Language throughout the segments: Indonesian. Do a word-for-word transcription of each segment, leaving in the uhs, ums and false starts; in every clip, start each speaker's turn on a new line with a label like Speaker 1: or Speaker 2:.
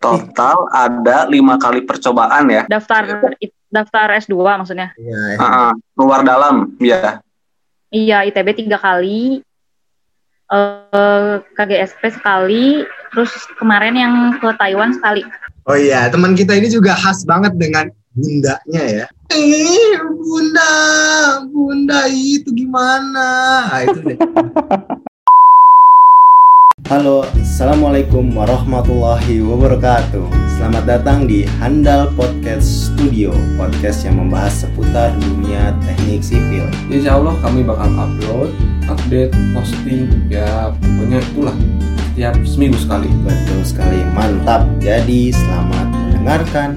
Speaker 1: Total ada lima kali percobaan ya.
Speaker 2: Daftar daftar S dua maksudnya.
Speaker 3: Iya.
Speaker 1: Uh, luar dalam, ya.
Speaker 2: Iya, I T B tiga kali, uh, K G S P sekali, terus kemarin yang ke Taiwan sekali.
Speaker 3: Oh iya, teman kita ini juga khas banget dengan bundanya ya. Eh, bunda, bunda itu gimana? Nah, itu deh. Halo, assalamualaikum warahmatullahi wabarakatuh. Selamat datang di Handal Podcast Studio, podcast yang membahas seputar dunia teknik sipil.
Speaker 4: Insya Allah kami bakal upload, update, posting, ya pokoknya itulah setiap seminggu sekali.
Speaker 3: Betul sekali, mantap. Jadi selamat mendengarkan.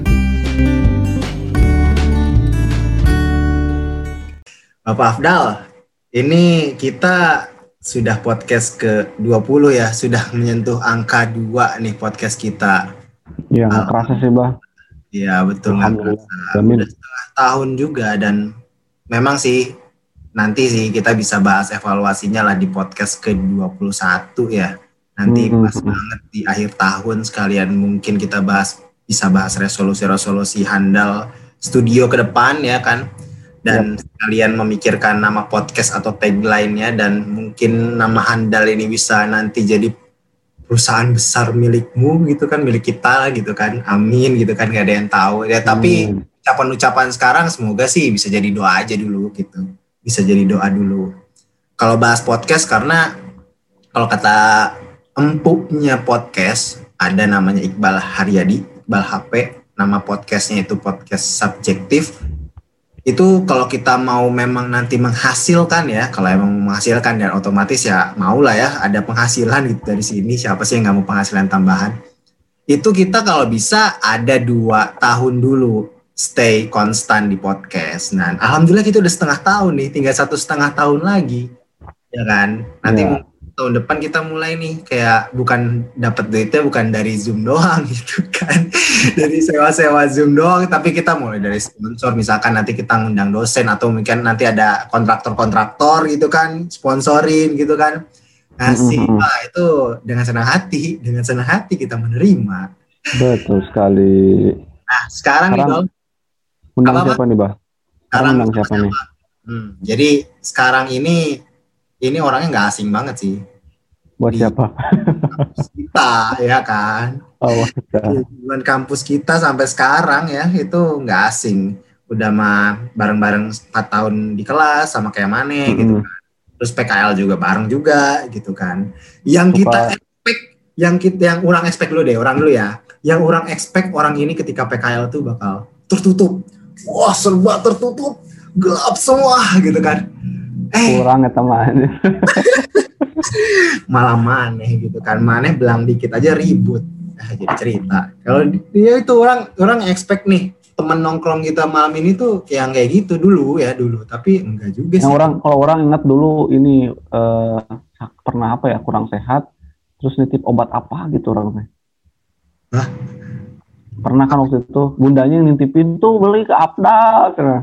Speaker 3: Bapak Afdal, ini kita sudah podcast ke dua puluh ya, sudah menyentuh angka dua nih podcast kita.
Speaker 5: Iya, nggak kerasa sih, Bah.
Speaker 3: Iya, betul, nggak kerasa. Udah setengah tahun juga, dan memang sih nanti sih kita bisa bahas evaluasinya lah di podcast ke dua puluh satu ya. Nanti mm-hmm. pas banget di akhir tahun sekalian mungkin kita bahas, bisa bahas resolusi-resolusi Handal Studio ke depan ya kan. Dan yep. kalian memikirkan nama podcast atau tagline-nya, dan mungkin nama Handal ini bisa nanti jadi perusahaan besar milikmu gitu kan, milik kita gitu kan, amin gitu kan, gak ada yang tahu ya. Tapi hmm. ucapan-ucapan sekarang semoga sih bisa jadi doa aja dulu gitu, bisa jadi doa dulu kalau bahas podcast, karena kalau kata empuknya podcast ada namanya Iqbal Haryadi, Iqbal H P, nama podcastnya itu podcast subjektif. Itu kalau kita mau memang nanti menghasilkan ya, kalau emang menghasilkan dan otomatis ya maulah ya ada penghasilan gitu dari sini, siapa sih yang nggak mau penghasilan tambahan. Itu kita kalau bisa ada dua tahun dulu stay konstan di podcast. Nah, alhamdulillah kita udah setengah tahun nih, tinggal satu setengah tahun lagi ya kan. Nanti ya. Tahun depan kita mulai nih kayak bukan dapat duitnya bukan dari Zoom doang gitu kan, dari sewa-sewa Zoom doang, tapi kita mulai dari sponsor, misalkan nanti kita ngundang dosen atau mungkin nanti ada kontraktor-kontraktor gitu kan, sponsorin gitu kan, ngasih mm-hmm. Nah, itu dengan senang hati, dengan senang hati kita menerima.
Speaker 5: Betul sekali.
Speaker 3: Nah sekarang, sekarang nih Dol,
Speaker 5: undang apa, siapa nih Bah?
Speaker 3: Sekarang
Speaker 5: undang siapa, siapa nih?
Speaker 3: Hmm, jadi sekarang ini ini orangnya nggak asing banget sih.
Speaker 5: Buat di siapa?
Speaker 3: Kampus kita ya kan.
Speaker 5: Oh,
Speaker 3: di kampus kita sampai sekarang ya itu nggak asing. Udah mah bareng-bareng empat tahun di kelas sama kayak Mane mm-hmm. gitu kan. Terus P K L juga bareng juga gitu kan. Yang Lupa. kita expect, yang kita yang orang expect dulu deh, orang dulu ya. Yang orang expect orang ini ketika P K L tuh bakal tertutup. Wah serba tertutup, gelap semua gitu kan.
Speaker 5: Eh, kurang ya teman.
Speaker 3: Malah Maneh gitu kan, Maneh belang dikit aja ribut. Ah, jadi cerita. Kalau dia itu orang orang expect nih teman nongkrong kita malam ini tuh yang kayak gitu dulu ya dulu, tapi enggak juga sih.
Speaker 5: Yang orang kalau orang ingat dulu ini uh, pernah apa ya kurang sehat, terus nitip obat apa gitu orangnya.
Speaker 3: Hah?
Speaker 5: Pernah kan waktu itu bundanya yang nitipin tuh beli ke Afdal. Karena.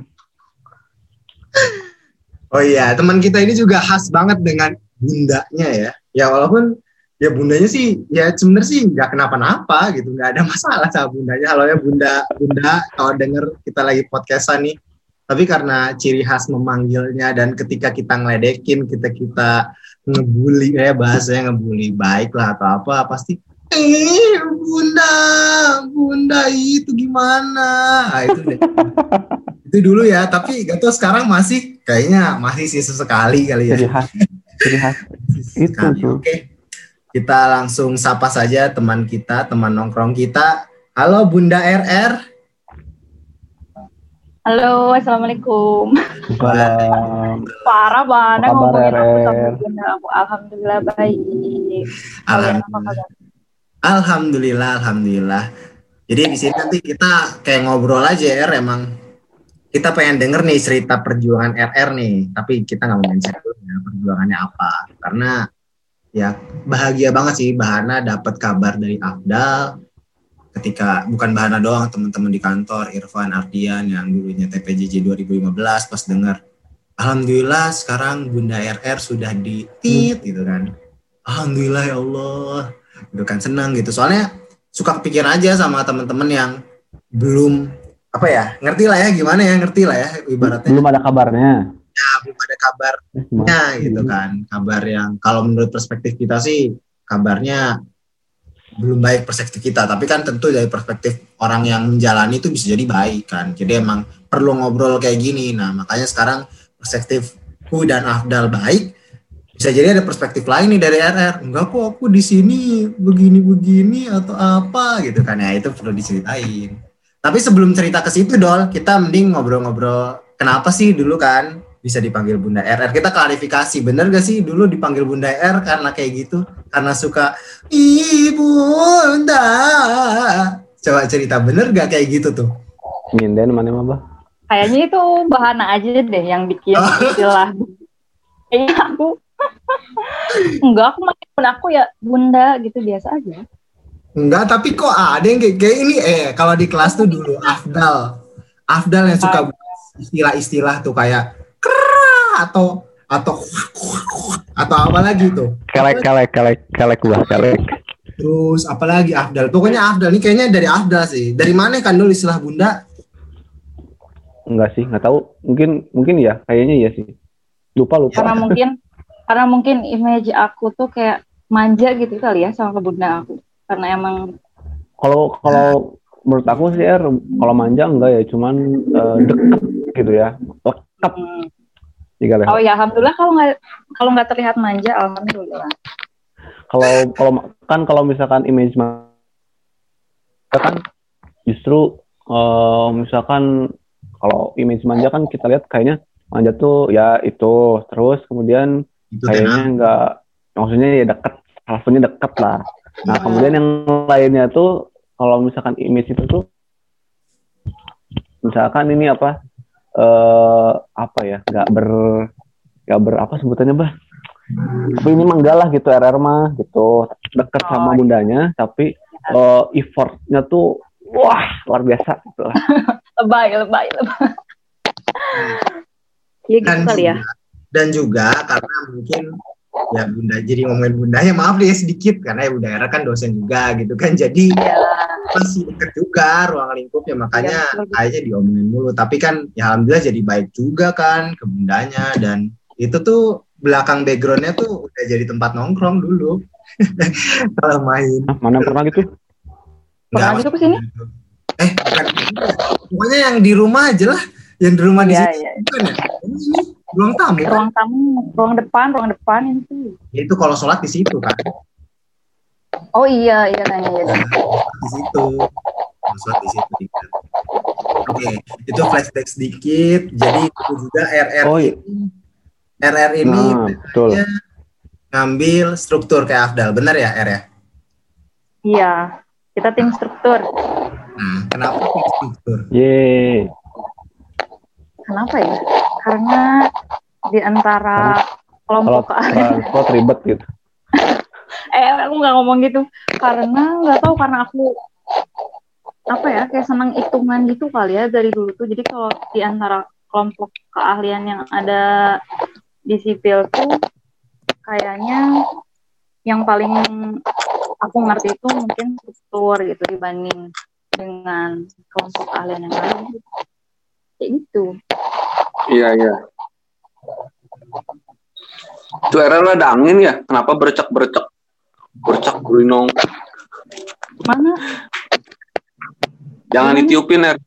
Speaker 3: Oh iya, teman kita ini juga khas banget dengan bundanya ya. Ya walaupun ya bundanya sih ya sebenarnya sih nggak kenapa-napa gitu, nggak ada masalah sama bundanya. Halo ya bunda, bunda kalau denger kita lagi podcastan nih. Tapi karena ciri khas memanggilnya dan ketika kita ngeledekin, kita kita ngebully ya, bahasanya ngebully baik lah atau apa, pasti eh bunda, bunda itu gimana? Nah, itu deh. Itu dulu ya, tapi gak tau sekarang masih kayaknya masih sih sesekali kali ya.
Speaker 5: Ciri khas, ciri khas. Itu tuh.
Speaker 3: Oke, kita langsung sapa saja teman kita, teman nongkrong kita. Halo Bunda R R.
Speaker 2: Halo, assalamualaikum.
Speaker 5: Salam.
Speaker 2: Parah banget ngomongin
Speaker 5: R R?
Speaker 2: aku sama Bunda aku. Alhamdulillah baik.
Speaker 3: Alhamdulillah. Alhamdulillah, alhamdulillah. Jadi di sini nanti kita kayak ngobrol aja ya, emang. Kita pengen denger nih cerita perjuangan R R nih, tapi kita nggak mau mention dulu ya perjuangannya apa, karena ya bahagia banget sih Bahana dapat kabar dari Afdal ketika, bukan Bahana doang, teman-teman di kantor, Irfan, Ardian yang dulunya T P J J dua ribu lima belas pas denger, alhamdulillah sekarang Bunda R R sudah di T I T gitu kan, alhamdulillah ya Allah, gitu kan, senang gitu, soalnya suka kepikiran aja sama teman-teman yang belum apa ya, ngerti lah ya gimana ya, ngerti lah ya ibaratnya.
Speaker 5: Belum ada kabarnya.
Speaker 3: Ya, belum ada kabarnya gitu kan. Kabar yang kalau menurut perspektif kita sih kabarnya belum baik perspektif kita, tapi kan tentu dari perspektif orang yang menjalani itu bisa jadi baik kan. Jadi emang perlu ngobrol kayak gini. Nah, makanya sekarang perspektifku dan Afdal baik, bisa jadi ada perspektif lain nih dari R R. Enggak kok, aku di sini begini-begini atau apa gitu kan. Ya itu perlu diceritain. Tapi sebelum cerita ke situ Dol, kita mending ngobrol-ngobrol kenapa sih dulu kan bisa dipanggil Bunda R R. Kita klarifikasi, bener gak sih dulu dipanggil Bunda R karena kayak gitu? Karena suka Ibunda. Coba cerita, bener gak kayak gitu tuh?
Speaker 5: Nyinden mana mah, Bah?
Speaker 2: Kayaknya itu bahana aja deh yang bikin istilah. Kayaknya aku enggak, aku manggil aku ya Bunda gitu biasa aja.
Speaker 3: Enggak, tapi kok ada yang kayak, kayak ini eh kalau di kelas tuh dulu Afdal. Afdal yang suka istilah-istilah tuh kayak atau atau atau apa lagi tuh?
Speaker 5: Kelek kelek kelek kelek Bah, kelek.
Speaker 3: Terus apalagi Afdal. Pokoknya Afdal ini kayaknya dari Afdal sih. Dari mana kan dulu istilah Bunda?
Speaker 5: Enggak sih, enggak tahu. Mungkin mungkin ya, kayaknya iya sih. Lupa lupa.
Speaker 2: Karena mungkin karena mungkin image aku tuh kayak manja gitu kali ya sama Bunda aku. Karena emang
Speaker 5: kalau kalau menurut aku sih R, kalau manja enggak ya, cuman uh, deket gitu ya. Lengkap.
Speaker 2: hmm,
Speaker 5: Oh
Speaker 2: oh ya alhamdulillah, kalau nggak kalau nggak terlihat manja alhamdulillah.
Speaker 5: Kalau kalau kan kalau misalkan image manja kan justru uh, misalkan kalau image manja kan kita lihat kayaknya manja tuh ya itu, terus kemudian
Speaker 3: Itu
Speaker 5: kayaknya
Speaker 3: kan.
Speaker 5: enggak, maksudnya ya deket, rasanya deket lah. Nah kemudian yang lainnya tuh kalau misalkan image itu tuh misalkan ini apa eh apa ya, nggak ber nggak ber apa sebutannya Bah, tapi ini mah enggak lah gitu, R R mah gitu deket
Speaker 2: Oh,
Speaker 5: sama bundanya, tapi eh, effortnya tuh wah luar biasa gitu lah.
Speaker 2: lebay lebay lebay. Ya gitu
Speaker 3: Dan
Speaker 2: kali ya.
Speaker 3: juga, dan juga karena mungkin ya Bunda, jadi ngomongin Bundanya maaf deh sedikit karena ya Bunda Era kan dosen juga gitu kan, jadi
Speaker 2: Ya.
Speaker 3: masih deket juga ruang lingkupnya, makanya
Speaker 2: Ya, betul.
Speaker 3: kayaknya diomongin mulu. Tapi kan ya alhamdulillah jadi baik juga kan ke Bundanya, dan itu tuh belakang backgroundnya tuh udah jadi tempat nongkrong dulu kalau main.
Speaker 5: Hah, mana pernah gitu?
Speaker 2: Pernah
Speaker 3: Nggak,
Speaker 2: gitu kesini?
Speaker 3: eh bukan, pokoknya yang di rumah aja lah, yang di rumah di
Speaker 2: Iya,
Speaker 3: sini
Speaker 2: iya.
Speaker 3: bukan ya? Ini ruang tamu kan?
Speaker 2: Ruang tamu, ruang depan, ruang depan itu.
Speaker 3: Ya, itu kalau sholat di situ kan,
Speaker 2: Oh iya, iya nanya ya.
Speaker 3: di situ, kalau sholat di situ. Kan. Oke, itu flashback sedikit. Jadi itu juga R R
Speaker 5: Oh iya.
Speaker 3: ini, R R ini
Speaker 5: Nah, betul.
Speaker 3: ngambil struktur kayak Afdal, benar ya R ya?
Speaker 2: Iya, kita tim struktur.
Speaker 3: Nah, kenapa tim struktur?
Speaker 5: Yeay.
Speaker 2: Kenapa ya? Karena di antara
Speaker 5: Kalau
Speaker 2: kelompok
Speaker 5: transport ribet gitu.
Speaker 2: eh aku nggak ngomong gitu, karena nggak tahu, karena aku apa ya, kayak senang hitungan gitu kali ya dari dulu tuh. Jadi kalau di antara kelompok keahlian yang ada di sipil tuh kayaknya yang paling aku ngerti itu mungkin struktur gitu dibanding dengan kelompok keahlian yang lain gitu. Kayak gitu.
Speaker 1: Iya, iya. Itu R R ada angin ya? Kenapa bercak-bercak? Bercak gurinong.
Speaker 2: Mana?
Speaker 1: Jangan ditiupin, R.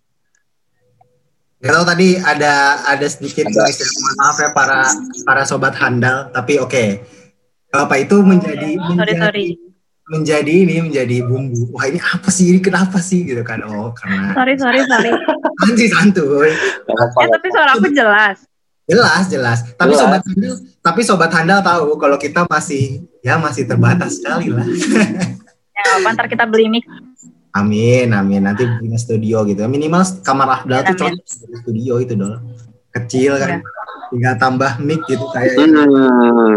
Speaker 3: Gak tahu tadi ada ada sedikit noise, mohon maaf ya para para sobat handal, tapi oke. Apa itu menjadi
Speaker 2: sorry
Speaker 3: menjadi
Speaker 2: sorry
Speaker 3: menjadi ini menjadi bumbu. Wah ini apa sih, ini kenapa sih gitu kan? Oh karena
Speaker 2: sorry sorry sorry.
Speaker 3: santuy santuy.
Speaker 2: Eh tapi suara aku jelas.
Speaker 3: Jelas jelas. Tapi
Speaker 1: Jelas.
Speaker 3: sobat handal, tapi sobat handal tahu kalau kita masih ya masih terbatas sekali lah.
Speaker 2: Ya apa, ntar kita beli mic.
Speaker 3: Amin amin, nanti punya studio gitu. Minimal kamar Afdal
Speaker 2: Amin,
Speaker 3: tuh
Speaker 2: amin.
Speaker 3: cocok jadi studio itu dong. Kecil kan. Tinggal tambah mic gitu kayak.
Speaker 1: Hmm.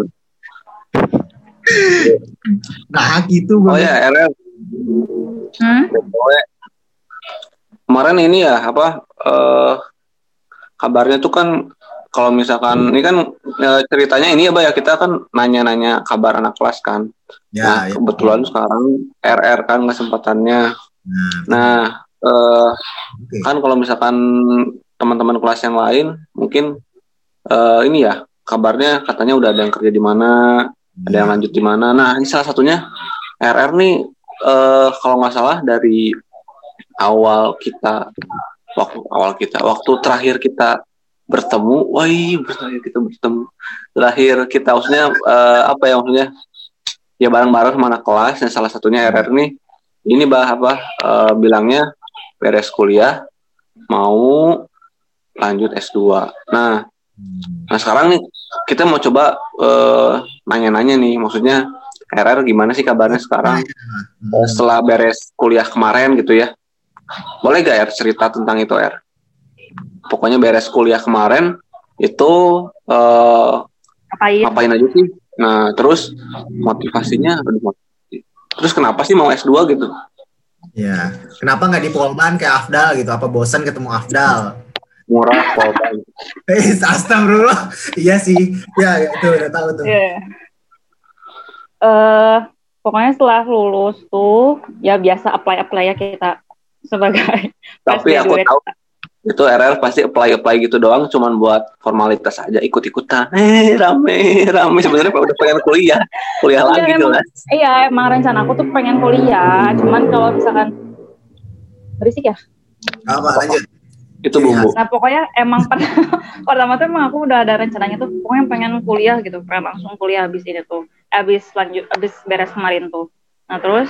Speaker 3: Nah gitu
Speaker 1: Oh
Speaker 3: Bang.
Speaker 1: ya, R R.
Speaker 2: Hmm?
Speaker 1: Kemarin ini ya, apa, eh kabarnya tuh kan, kalau misalkan, ini kan e, ceritanya ini ya, Bah, ya kita kan nanya-nanya kabar anak kelas kan.
Speaker 3: Ya,
Speaker 1: nah,
Speaker 3: ya.
Speaker 1: kebetulan sekarang R R kan kesempatannya.
Speaker 3: Nah,
Speaker 1: Nah, e,
Speaker 3: oke.
Speaker 1: kan kalau misalkan teman-teman kelas yang lain mungkin e, ini ya kabarnya katanya udah ada yang kerja di mana, ada yang lanjut di mana. Nah, ini salah satunya R R nih e, kalau nggak salah dari awal kita waktu awal kita waktu terakhir kita bertemu, wah terakhir kita bertemu, terakhir kita maksudnya uh, apa ya maksudnya ya bareng-bareng sama anak kelas, yang salah satunya R R nih, ini bah apa uh, bilangnya beres kuliah mau lanjut S dua. Nah, nah sekarang nih kita mau coba uh, nanya-nanya nih, maksudnya R R gimana sih kabarnya sekarang uh, setelah beres kuliah kemarin gitu ya. Boleh gak R cerita tentang itu R? Pokoknya beres kuliah kemarin itu uh,
Speaker 2: Ngapain?
Speaker 1: ngapain aja sih? Nah terus motivasinya, terus kenapa sih mau S dua gitu?
Speaker 3: Ya, kenapa nggak di Polban kayak Afdal gitu? Apa bosan ketemu Afdal?
Speaker 1: Murah Polban.
Speaker 3: Eh, astagfirullah. Iya sih, ya, ya itu udah tahu tuh.
Speaker 2: Yeah. Uh, pokoknya setelah lulus tuh ya biasa apply-apply ya kita sebagai.
Speaker 1: Tapi aku tahu itu R R pasti apply-apply gitu doang, cuman buat formalitas aja, ikut-ikutan. Eh rame rame sebenarnya udah pengen kuliah, kuliah lagi kelas.
Speaker 2: Iya emang rencana aku tuh pengen kuliah, cuman kalau misalkan berisik ya.
Speaker 3: Apa lanjut?
Speaker 1: Itu bumbu.
Speaker 2: Nah pokoknya emang pertama tuh emang aku udah ada rencananya tuh, pokoknya pengen kuliah gitu, pengen langsung kuliah habis ini tuh, habis lanjut, habis beres kemarin tuh. Nah terus.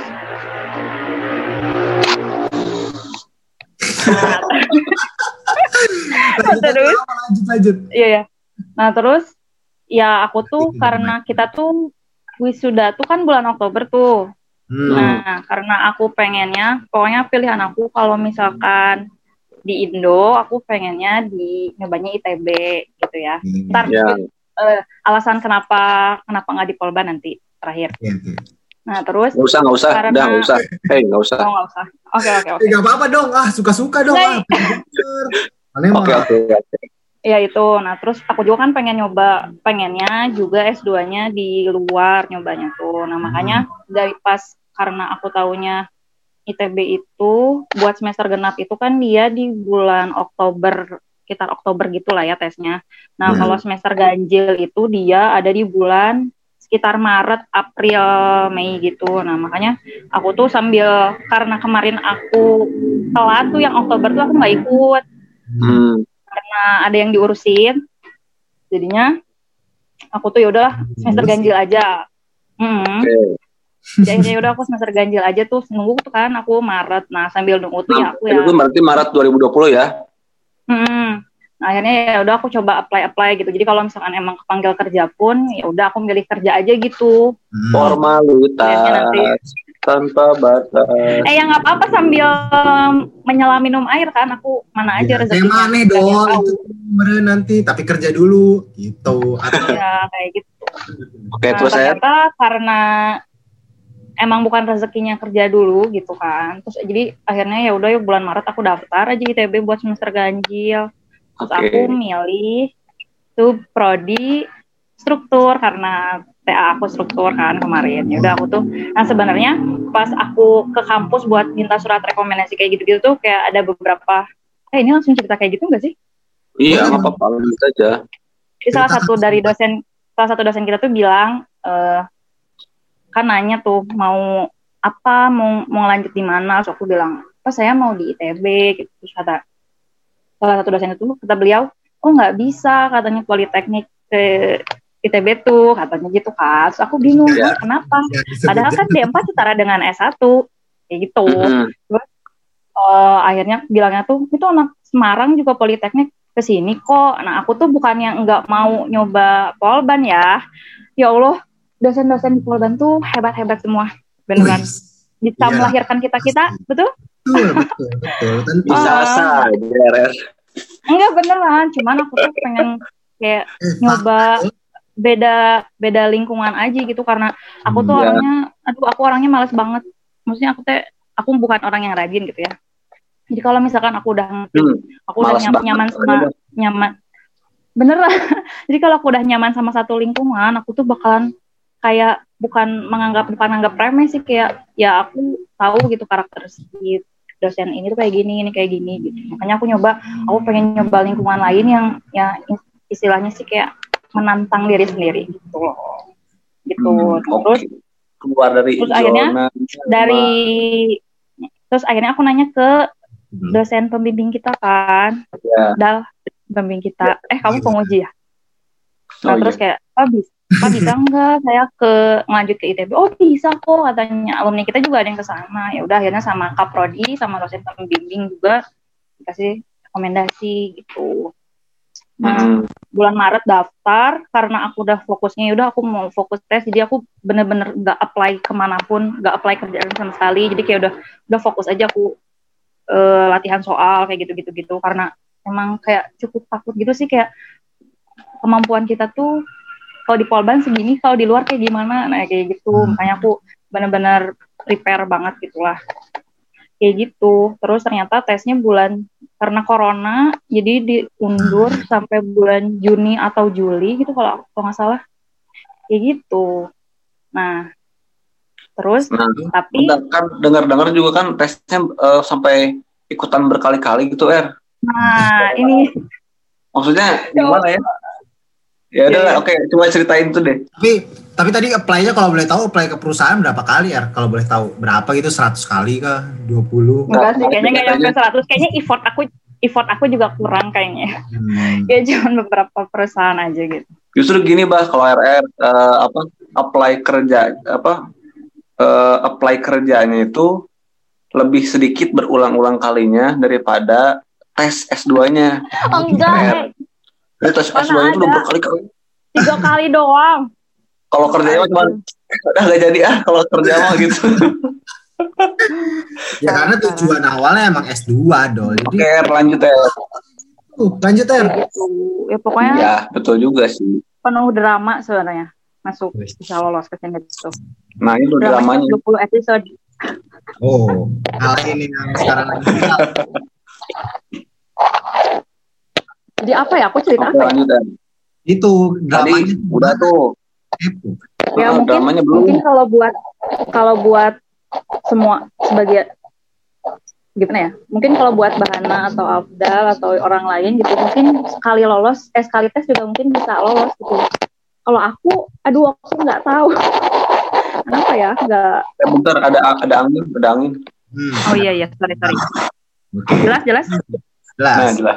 Speaker 2: Nah, terus
Speaker 3: lanjut lanjut.
Speaker 2: Iya ya. Nah terus ya aku tuh karena kita tuh wisuda tuh kan bulan Oktober tuh. Hmm. Nah karena aku pengennya, pokoknya pilihan aku kalau misalkan di Indo, aku pengennya di nyobanya I T B gitu ya. Hmm. Ntar yeah. uh, alasan kenapa kenapa nggak di Polban nanti terakhir. Yeah, yeah. Nah terus
Speaker 1: nggak usah nggak usah karena... udah nggak usah hei nggak usah
Speaker 2: oh nggak usah oke oke oke
Speaker 3: nggak apa-apa dong ah suka-suka dong ah
Speaker 1: oke oke
Speaker 2: ya itu. Nah terus aku juga kan pengen nyoba, pengennya juga S dua nya di luar nyobanya tuh. Nah makanya dari pas karena aku taunya I T B itu buat semester genap itu kan dia di bulan Oktober, sekitar Oktober gitulah ya tesnya. Nah hmm. kalau semester ganjil itu dia ada di bulan sekitar Maret, April, Mei gitu. Nah makanya aku tuh sambil, karena kemarin aku telat tuh yang Oktober tuh aku nggak ikut hmm. karena ada yang diurusin. Jadinya aku tuh yaudahlah semester ganjil aja. Hmm. Okay. Jadi yaudah aku semester ganjil aja tuh, nunggu tuh kan aku Maret. Nah sambil nunggu tuh nah, ya aku ya.
Speaker 1: Itu berarti Maret dua ribu dua puluh ya?
Speaker 2: Hmm. Nah, akhirnya ya udah aku coba apply-apply gitu. Jadi kalau misalkan emang kepanggil kerja pun ya udah aku milih kerja aja gitu.
Speaker 1: Formalitas tanpa batas.
Speaker 2: Eh ya nggak apa-apa sambil menyelam minum air kan. Aku mana aja
Speaker 3: ya,
Speaker 2: rezekinya.
Speaker 3: Mana dong itu bener nanti tapi kerja dulu gitu.
Speaker 2: Ya kayak gitu.
Speaker 1: Oke,
Speaker 2: nah,
Speaker 1: terus saya
Speaker 2: ternyata karena emang bukan rezekinya kerja dulu gitu kan. Terus jadi akhirnya ya udah yuk bulan Maret aku daftar aja I T B buat semester ganjil. Terus okay. aku milih tuh prodi struktur karena T A aku struktur kan kemarin. Ya udah aku tuh. Nah sebenarnya pas aku ke kampus buat minta surat rekomendasi kayak gitu-gitu tuh kayak ada beberapa. Eh ini langsung cerita kayak gitu nggak sih?
Speaker 1: Iya nggak oh, apa-apa lanjut aja.
Speaker 2: Jadi salah satu dari dosen salah satu dosen kita tuh bilang uh, kan nanya tuh mau apa mau mau lanjut di mana. Terus aku bilang apa saya mau di I T B gitu. Terus kata salah satu dosen itu kata beliau, oh nggak bisa katanya politeknik ke I T B tuh katanya gitu kan. Terus aku bingung ya. Kenapa? Padahal kan D empat setara dengan S satu kayak gitu. Mm-hmm. Terus uh, akhirnya bilangnya tuh itu anak Semarang juga politeknik kesini kok. Nah aku tuh bukannya nggak mau nyoba Polban ya. Ya Allah dosen-dosen di Polban tuh hebat-hebat semua beneran. Bisa iya. melahirkan kita-kita betul?
Speaker 3: Betul, betul, betul. Tentu.
Speaker 1: Bisa asal, R R.
Speaker 2: Enggak beneran, cuman aku tuh pengen kayak nyoba beda beda lingkungan aja gitu karena aku tuh ya. orangnya, aduh aku orangnya malas banget. Maksudnya aku teh aku bukan orang yang rajin gitu ya. Jadi kalau misalkan aku udah ngerti, hmm, aku udah nyam, nyaman sama nyaman beneran. Jadi kalau aku udah nyaman sama satu lingkungan, aku tuh bakalan kayak bukan menganggap bukan menganggap remeh sih, kayak ya aku tahu gitu karakter si dosen ini tuh kayak gini, ini kayak gini gitu. Makanya aku nyoba, aku pengen nyoba lingkungan lain yang ya istilahnya sih kayak menantang diri sendiri gitu loh. Gitu.
Speaker 1: Hmm,
Speaker 2: Terus
Speaker 1: okay. Keluar dari
Speaker 2: terus
Speaker 1: zona
Speaker 2: akhirnya
Speaker 1: nyaman.
Speaker 2: dari terus akhirnya aku nanya ke dosen pembimbing kita kan.
Speaker 1: Ya.
Speaker 2: Dal, pembimbing kita. Eh, kamu penguji ya? Nah,
Speaker 1: Oh,
Speaker 2: terus
Speaker 1: iya.
Speaker 2: kayak, oh bisa, Pak bisa enggak saya ke ngelanjut ke I T B? Oh bisa kok katanya. Alumni kita juga ada yang ke sana. Ya udah akhirnya sama Kaprodi, sama dosen pembimbing juga dikasih rekomendasi gitu. Nah,
Speaker 1: Hmm.
Speaker 2: bulan Maret daftar karena aku udah fokusnya, ya udah aku mau fokus tes, jadi aku bener-bener nggak apply kemanapun, nggak apply kerjaan sama sekali. Jadi kayak udah udah fokus aja aku uh, latihan soal kayak gitu-gitu gitu karena emang kayak cukup takut gitu sih, kayak kemampuan kita tuh kalau di Polban segini, kalau di luar kayak gimana, nah kayak gitu. Hmm. Makanya aku benar-benar prepare banget gitulah, kayak gitu. Terus ternyata tesnya bulan karena corona, jadi diundur sampai bulan Juni atau Juli gitu kalau aku nggak salah, kayak gitu. Nah, terus
Speaker 1: nah,
Speaker 2: tapi
Speaker 1: bentar, kan dengar-dengar juga kan tesnya uh, sampai ikutan berkali-kali gitu, Er.
Speaker 2: Nah, ini
Speaker 1: maksudnya gimana ya? Ya udah, yeah. Oke, okay. Coba ceritain tuh deh.
Speaker 3: Tapi tapi tadi apply-nya kalau boleh tahu apply ke perusahaan berapa kali ya? Kalau boleh tahu berapa gitu, seratus kali kah? dua puluh?
Speaker 2: Enggak sih, kayaknya nggak nyampe seratus. Kayaknya effort aku effort aku juga kurang kayaknya. Hmm. Kayak cuma beberapa perusahaan aja gitu.
Speaker 1: Justru gini, Bah, kalau R R uh, apa apply kerja apa uh, apply kerjanya itu lebih sedikit berulang-ulang kalinya daripada tes S dua-nya.
Speaker 2: Oh, enggak.
Speaker 1: Jadi tes S dua-nya itu udah berkali-kali.
Speaker 2: Tiga kali doang.
Speaker 1: Kalau kerjanya cuma udah gak jadi ah kalau kerja mah gitu.
Speaker 3: Ya karena tujuan awalnya emang S dua dong.
Speaker 1: Oke, okay, lanjut ya.
Speaker 3: Uh, lanjut ya.
Speaker 2: Ya pokoknya.
Speaker 1: Ya betul juga sih.
Speaker 2: Penuh drama sebenarnya masuk bisa lolos ke sini gitu.
Speaker 1: Nah itu dramanya.
Speaker 2: dua puluh episode.
Speaker 3: Oh, hal ini yang sekarang lagi.
Speaker 2: Jadi apa ya? Aku cerita
Speaker 1: Oke,
Speaker 2: apa
Speaker 1: lanjut,
Speaker 2: ya?
Speaker 3: Itu dramanya
Speaker 1: tadi, udah tuh.
Speaker 2: Ya
Speaker 1: nah,
Speaker 2: mungkin mungkin kalau buat kalau buat semua sebagai gimana ya? Mungkin kalau buat Bahana atau Afdal atau orang lain gitu, mungkin sekali lolos, eh sekali tes juga mungkin bisa lolos gitu. Kalau aku, aduh aku nggak tahu. Kenapa ya? Nggak.
Speaker 1: Eh, bentar, ada ada angin, ada angin.
Speaker 2: Hmm. Oh iya iya, sorry sorry. Jelas jelas.
Speaker 3: Jelas.
Speaker 1: Nah, jelas.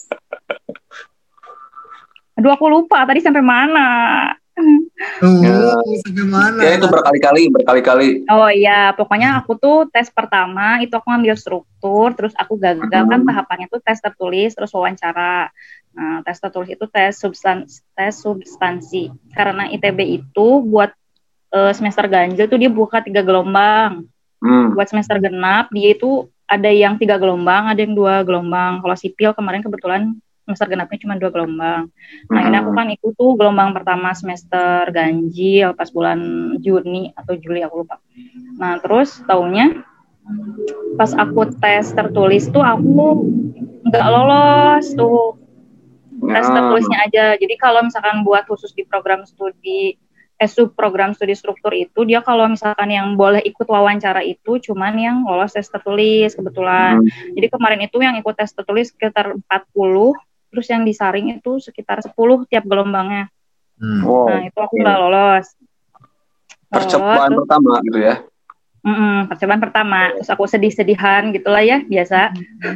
Speaker 2: Aduh aku lupa tadi sampai mana.
Speaker 3: Oh, ya. Sampai mana?
Speaker 1: Ya itu berkali-kali, berkali-kali.
Speaker 2: Oh iya, pokoknya aku tuh tes pertama itu aku ngambil struktur, terus aku gagal kan tahapannya tuh tes tertulis, terus wawancara. Nah, tes tertulis itu tes substansi, tes substansi. Karena I T B itu buat uh, semester ganjil tuh dia buka tiga gelombang. Hmm. Buat semester genap dia itu ada yang tiga gelombang, ada yang dua gelombang. Kalau sipil kemarin kebetulan semester genapnya cuma dua gelombang. Nah, ini aku kan ikut tuh gelombang pertama semester ganjil pas bulan Juni atau Juli aku lupa. Nah, terus taunya pas aku tes tertulis tuh aku nggak lolos tuh. Tes tertulisnya aja. Jadi kalau misalkan buat khusus di program studi eh sub program studi struktur itu dia kalau misalkan yang boleh ikut wawancara itu cuman yang lolos tes tertulis kebetulan. Hmm. Jadi kemarin itu yang ikut tes tertulis sekitar empat puluh, terus yang disaring itu sekitar sepuluh tiap gelombangnya. Hmm. Wow. Nah, itu aku nggak lolos.
Speaker 1: Percobaan terus, pertama gitu ya.
Speaker 2: Mm-mm, percobaan pertama. Terus aku sedih-sedihan gitulah ya, biasa.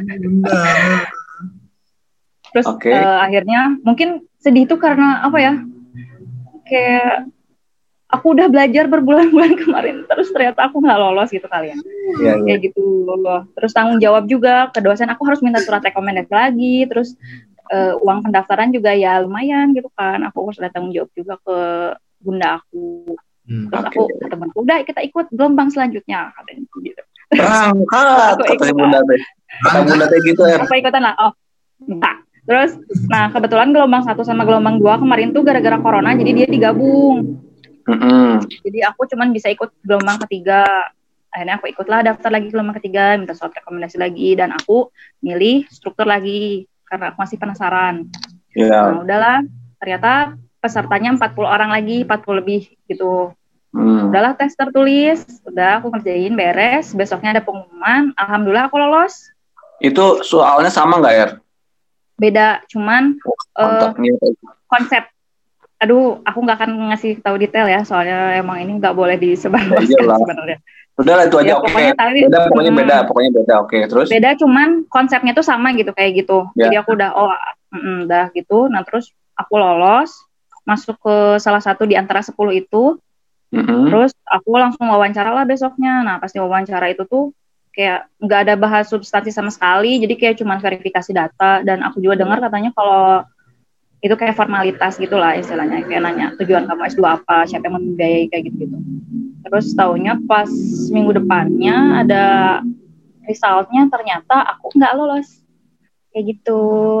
Speaker 2: Terus okay. uh, akhirnya mungkin sedih itu karena apa ya? Kayak aku udah belajar berbulan-bulan kemarin, terus ternyata aku nggak lolos gitu kali ya. Yeah, kayak yeah. gitu loh. Terus tanggung jawab juga ke dosen, aku harus minta surat rekomendasi lagi, terus uh, uang pendaftaran juga ya lumayan gitu kan. Aku harus ada tanggung jawab juga ke bunda aku. Hmm, terus okay. aku ke temanku, udah kita ikut gelombang selanjutnya katanya gitu.
Speaker 1: Berangkat kata bunda teh. Kata bunda teh gitu ya.
Speaker 2: Apa ikutan lah? Oh, enggak. Terus, nah kebetulan gelombang satu sama gelombang dua kemarin tuh gara-gara corona, jadi dia digabung. Mm-hmm. Jadi aku cuman bisa ikut gelombang ketiga. Akhirnya aku ikutlah daftar lagi gelombang ketiga, minta surat rekomendasi lagi, dan aku milih struktur lagi karena aku masih penasaran.
Speaker 1: Iya.
Speaker 2: Nah udahlah, ternyata pesertanya empat puluh orang lagi, empat puluh lebih gitu.
Speaker 1: Hmm.
Speaker 2: Udahlah tes tertulis, udah aku kerjain beres, besoknya ada pengumuman, alhamdulillah aku lolos.
Speaker 1: Itu soalnya sama nggak ya?
Speaker 2: Beda, cuman
Speaker 1: Oh,
Speaker 2: uh,
Speaker 1: mantap nih.
Speaker 2: konsep. Aduh, aku nggak akan ngasih tahu detail ya, soalnya emang ini nggak boleh disebarluaskan
Speaker 1: Iyalah.
Speaker 2: sebenarnya.
Speaker 1: Udah lah itu aja,
Speaker 2: Ya,
Speaker 1: oke.
Speaker 2: pokoknya tadi-
Speaker 1: Beda, pokoknya
Speaker 2: Hmm.
Speaker 1: beda, pokoknya beda. Oke, terus?
Speaker 2: Beda, cuman konsepnya tuh sama gitu, kayak gitu.
Speaker 1: Ya.
Speaker 2: Jadi aku udah, oh, mm, udah gitu. Nah terus aku lolos, masuk ke salah satu di antara sepuluh itu.
Speaker 1: Mm-mm.
Speaker 2: Terus aku langsung wawancara lah besoknya. Nah pasti wawancara itu tuh kayak nggak ada bahas substansi sama sekali, jadi kayak cuma verifikasi data. Dan aku juga dengar katanya kalau itu kayak formalitas gitulah istilahnya, kayak nanya tujuan kamu S dua apa, siapa yang membiayai, kayak gitu-gitu. Terus taunya pas minggu depannya ada resultnya, ternyata aku nggak lolos, kayak gitu.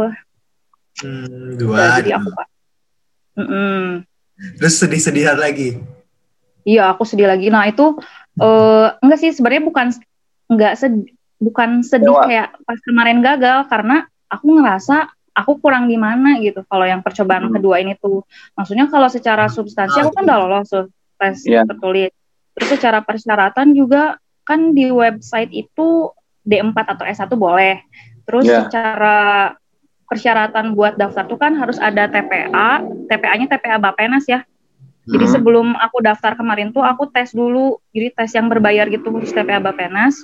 Speaker 3: Hmm,
Speaker 2: Ya,
Speaker 3: dua.
Speaker 2: jadi aku pak. Mm-mm.
Speaker 3: Terus sedih-sedihan lagi.
Speaker 2: Iya, aku sedih lagi. Nah itu uh, enggak sih sebenarnya bukan enggak sedih, bukan sedih
Speaker 1: Dewa.
Speaker 2: kayak pas kemarin gagal, karena aku ngerasa aku kurang di mana gitu. Kalau yang percobaan
Speaker 1: Hmm.
Speaker 2: kedua ini tuh, maksudnya kalau secara substansi aku kan udah lolos tuh tes
Speaker 1: Iya.
Speaker 2: tertulis. Terus secara persyaratan juga kan di website itu D empat atau S satu boleh. Terus
Speaker 1: Iya.
Speaker 2: secara persyaratan buat daftar tuh kan harus ada T P A, T P A-nya T P A Bappenas ya. Jadi
Speaker 1: Hmm.
Speaker 2: sebelum aku daftar kemarin tuh aku tes dulu, jadi tes yang berbayar gitu khusus T P A Bappenas.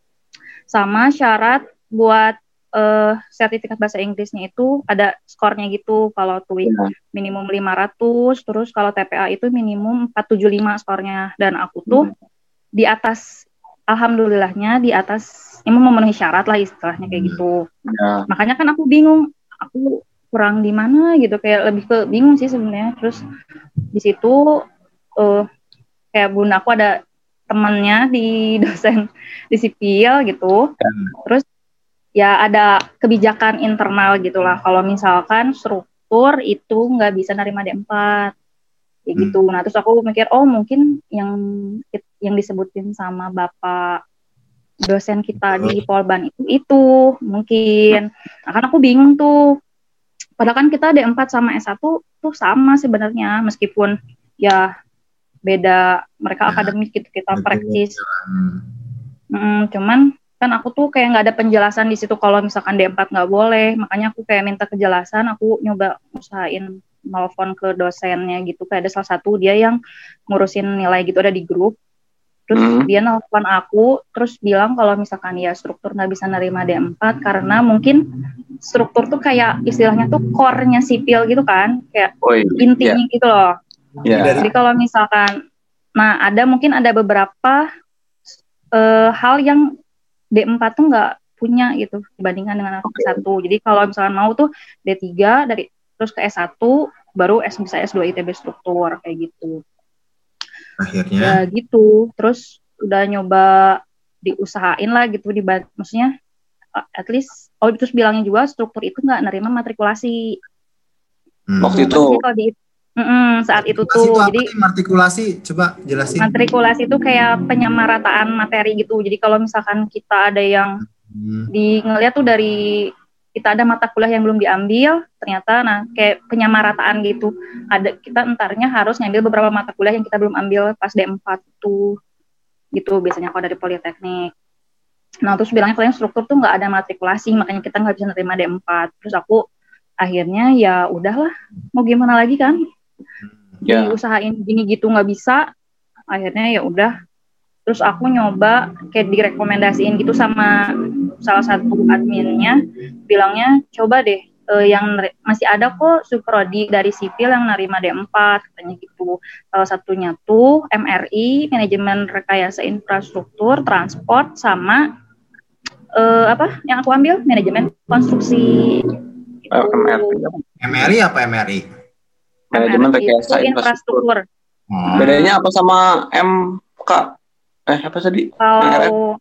Speaker 2: Sama syarat buat uh, sertifikat bahasa Inggrisnya itu ada skornya gitu. Kalau T O E I C
Speaker 1: Iya.
Speaker 2: minimum lima ratus, terus kalau T P A itu minimum empat tujuh lima skornya. Dan aku tuh di atas, alhamdulillahnya di atas, ini memenuhi syarat lah istilahnya kayak gitu.
Speaker 1: Ya.
Speaker 2: Makanya kan aku bingung, aku kurang di mana gitu, kayak lebih ke bingung sih sebenarnya. Terus di situ uh, kayak bunda aku ada temannya di dosen di sipil gitu. Terus ya ada kebijakan internal gitulah, kalau misalkan struktur itu nggak bisa nerima D empat kayak gitu. Nah terus aku mikir, oh mungkin yang yang disebutin sama bapak dosen kita di Polban itu itu mungkin. Nah kan aku bingung tuh, padahal kan kita D empat sama S satu tuh sama sebenarnya, meskipun ya beda, mereka
Speaker 3: Ya,
Speaker 2: akademik gitu, kita
Speaker 3: betul.
Speaker 2: praktis.
Speaker 3: Hmm.
Speaker 2: Hmm, cuman kan aku tuh kayak nggak ada penjelasan di situ kalau misalkan D empat nggak boleh, makanya aku kayak minta kejelasan. Aku nyoba usahain nelfon ke dosennya gitu, kayak ada salah satu dia yang ngurusin nilai gitu, ada di grup. Terus
Speaker 1: Hmm.
Speaker 2: dia nelfon aku, terus bilang kalau misalkan ya struktur nggak bisa nerima D empat karena mungkin struktur tuh kayak istilahnya tuh core-nya sipil gitu kan, kayak
Speaker 1: Oh iya.
Speaker 2: intinya gitu loh.
Speaker 1: Ya.
Speaker 2: Jadi kalau misalkan, nah ada mungkin ada beberapa uh, hal yang D empat tuh nggak punya gitu dibandingkan dengan S satu. Jadi kalau misalkan mau tuh D tiga dari terus ke S satu, baru S bisa S dua I T B struktur kayak gitu.
Speaker 3: Akhirnya.
Speaker 2: Ya gitu. Terus udah nyoba diusahain lah gitu, di maksudnya uh, at least, oh terus bilangnya juga struktur itu nggak nerima matrikulasi.
Speaker 3: Hmm.
Speaker 1: Waktu itu.
Speaker 2: Maksudnya kalau di Mm-mm, saat itu
Speaker 3: Matrikulasi
Speaker 2: tuh,
Speaker 3: apa
Speaker 2: jadi
Speaker 3: nih, matrikulasi coba jelasin.
Speaker 2: matrikulasi itu kayak penyamarataan materi gitu. Jadi kalau misalkan kita ada yang
Speaker 3: Hmm.
Speaker 2: di ngeliat tuh dari kita ada mata kuliah yang belum diambil, ternyata nah kayak penyamarataan gitu. Ada kita entarnya harus ngambil beberapa mata kuliah yang kita belum ambil pas D empat tuh. Gitu biasanya kalau dari Politeknik. Nah, terus bilangnya kalau yang struktur tuh nggak ada matrikulasi, makanya kita nggak bisa nerima D empat. Terus aku akhirnya ya udahlah, mau gimana lagi kan?
Speaker 1: Ya.
Speaker 2: Diusahain gini gitu nggak bisa, akhirnya ya udah. Terus aku nyoba kayak direkomendasiin gitu sama salah satu adminnya, bilangnya coba deh eh, yang neri- masih ada kok subprodi dari sipil yang nerima D empat katanya gitu. Salah satunya tuh M R I, manajemen rekayasa infrastruktur transport, sama eh, apa yang aku ambil manajemen konstruksi gitu.
Speaker 1: M R I.
Speaker 3: M R I apa M R I?
Speaker 1: Manajemen
Speaker 2: M R I
Speaker 1: rekayasa
Speaker 2: itu
Speaker 1: infrastruktur.
Speaker 3: Oh.
Speaker 1: Bedanya apa sama M K? Eh apa tadi?
Speaker 2: Kalau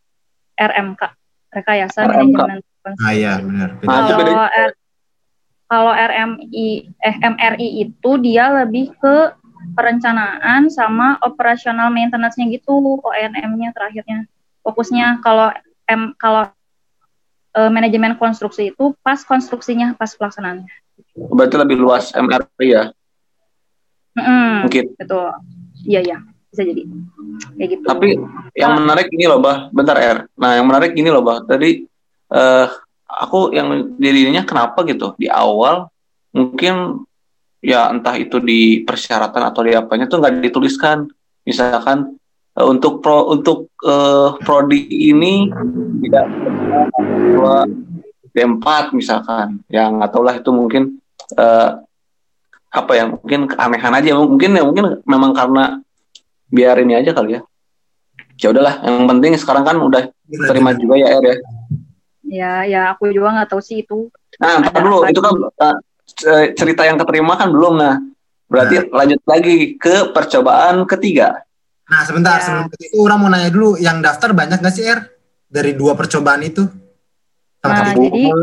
Speaker 2: R M K, rekayasa
Speaker 1: R M K.
Speaker 2: manajemen konstruksi.
Speaker 3: Ah iya benar.
Speaker 1: Nah, itu
Speaker 2: Kalau
Speaker 1: bedanya.
Speaker 2: R kalau R M I eh M R I itu dia lebih ke perencanaan sama operational maintenance-nya gitu, O N M-nya terakhirnya. Fokusnya kalau M kalau eh, manajemen konstruksi itu pas konstruksinya, pas pelaksanaannya.
Speaker 1: Berarti lebih luas M R I ya?
Speaker 2: Mm-mm,
Speaker 1: Mungkin.
Speaker 2: betul. Iya ya, bisa jadi kayak gitu.
Speaker 1: Tapi yang
Speaker 2: Ah.
Speaker 1: menarik ini loh, Bah. Bentar, R. Nah, yang menarik gini loh, Bah. Tadi eh, aku yang dirinya kenapa gitu di awal mungkin ya entah itu di persyaratan atau di apanya tuh nggak dituliskan. Misalkan eh, untuk pro untuk eh, prodi ini tidak dua D empat misalkan. Yang nggak tahu lah itu mungkin eh, apa ya, mungkin keanehan aja, mungkin ya mungkin memang karena biar ini aja kali ya. Ya udahlah, yang penting sekarang kan udah terima juga ya, R ya.
Speaker 2: Ya, ya aku juga nggak tahu sih itu.
Speaker 1: Nah, entar dulu, itu kan uh, cerita yang keterima kan belum. Nah, berarti nah. lanjut lagi ke percobaan ketiga.
Speaker 3: Nah, sebentar, ya. Sebelum itu orang mau nanya dulu, yang daftar banyak nggak sih, R? Dari dua percobaan itu?
Speaker 2: Nah, jadi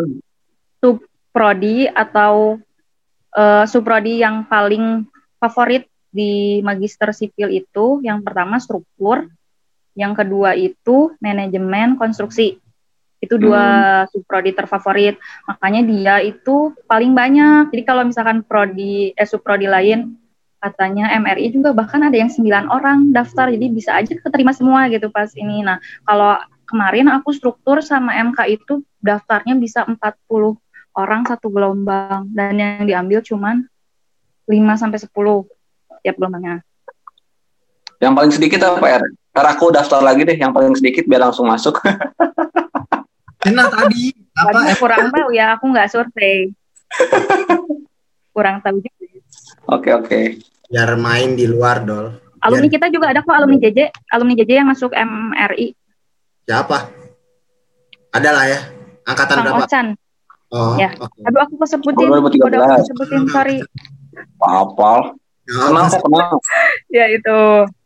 Speaker 2: subprodi atau uh, subprodi yang paling favorit di magister sipil itu, yang pertama struktur, yang kedua itu manajemen konstruksi. Itu dua hmm. subprodi terfavorit. Makanya dia itu paling banyak. Jadi kalau misalkan prodi eh subprodi lain katanya M R I juga bahkan ada yang sembilan orang daftar. Jadi bisa aja keterima semua gitu pas ini. Nah, kalau kemarin aku struktur sama M K itu daftarnya bisa empat puluh orang satu gelombang dan yang diambil cuman lima sampai sepuluh tiap gelombangnya.
Speaker 1: Yang paling sedikit apa, R? Ntar aku daftar lagi deh yang paling sedikit biar langsung masuk.
Speaker 3: Enak tadi apa
Speaker 2: ya? Kurang tahu ya, aku nggak survei. Kurang tahu juga.
Speaker 1: Oke oke.
Speaker 3: Biar main di luar, Dol.
Speaker 2: Alumni biar... kita juga ada kok, alumni J J, alumni J J yang masuk M R I.
Speaker 3: Siapa? Ada lah ya. Angkatan
Speaker 2: Kang
Speaker 3: berapa?
Speaker 2: Ocan.
Speaker 3: Oh.
Speaker 2: Ya. Okay. Aduh aku kesebutin.
Speaker 1: dua ribu tiga belas.
Speaker 2: Udah aku sebutin, sorry.
Speaker 1: Apa? Kenapa kenapa?
Speaker 2: Ya itu.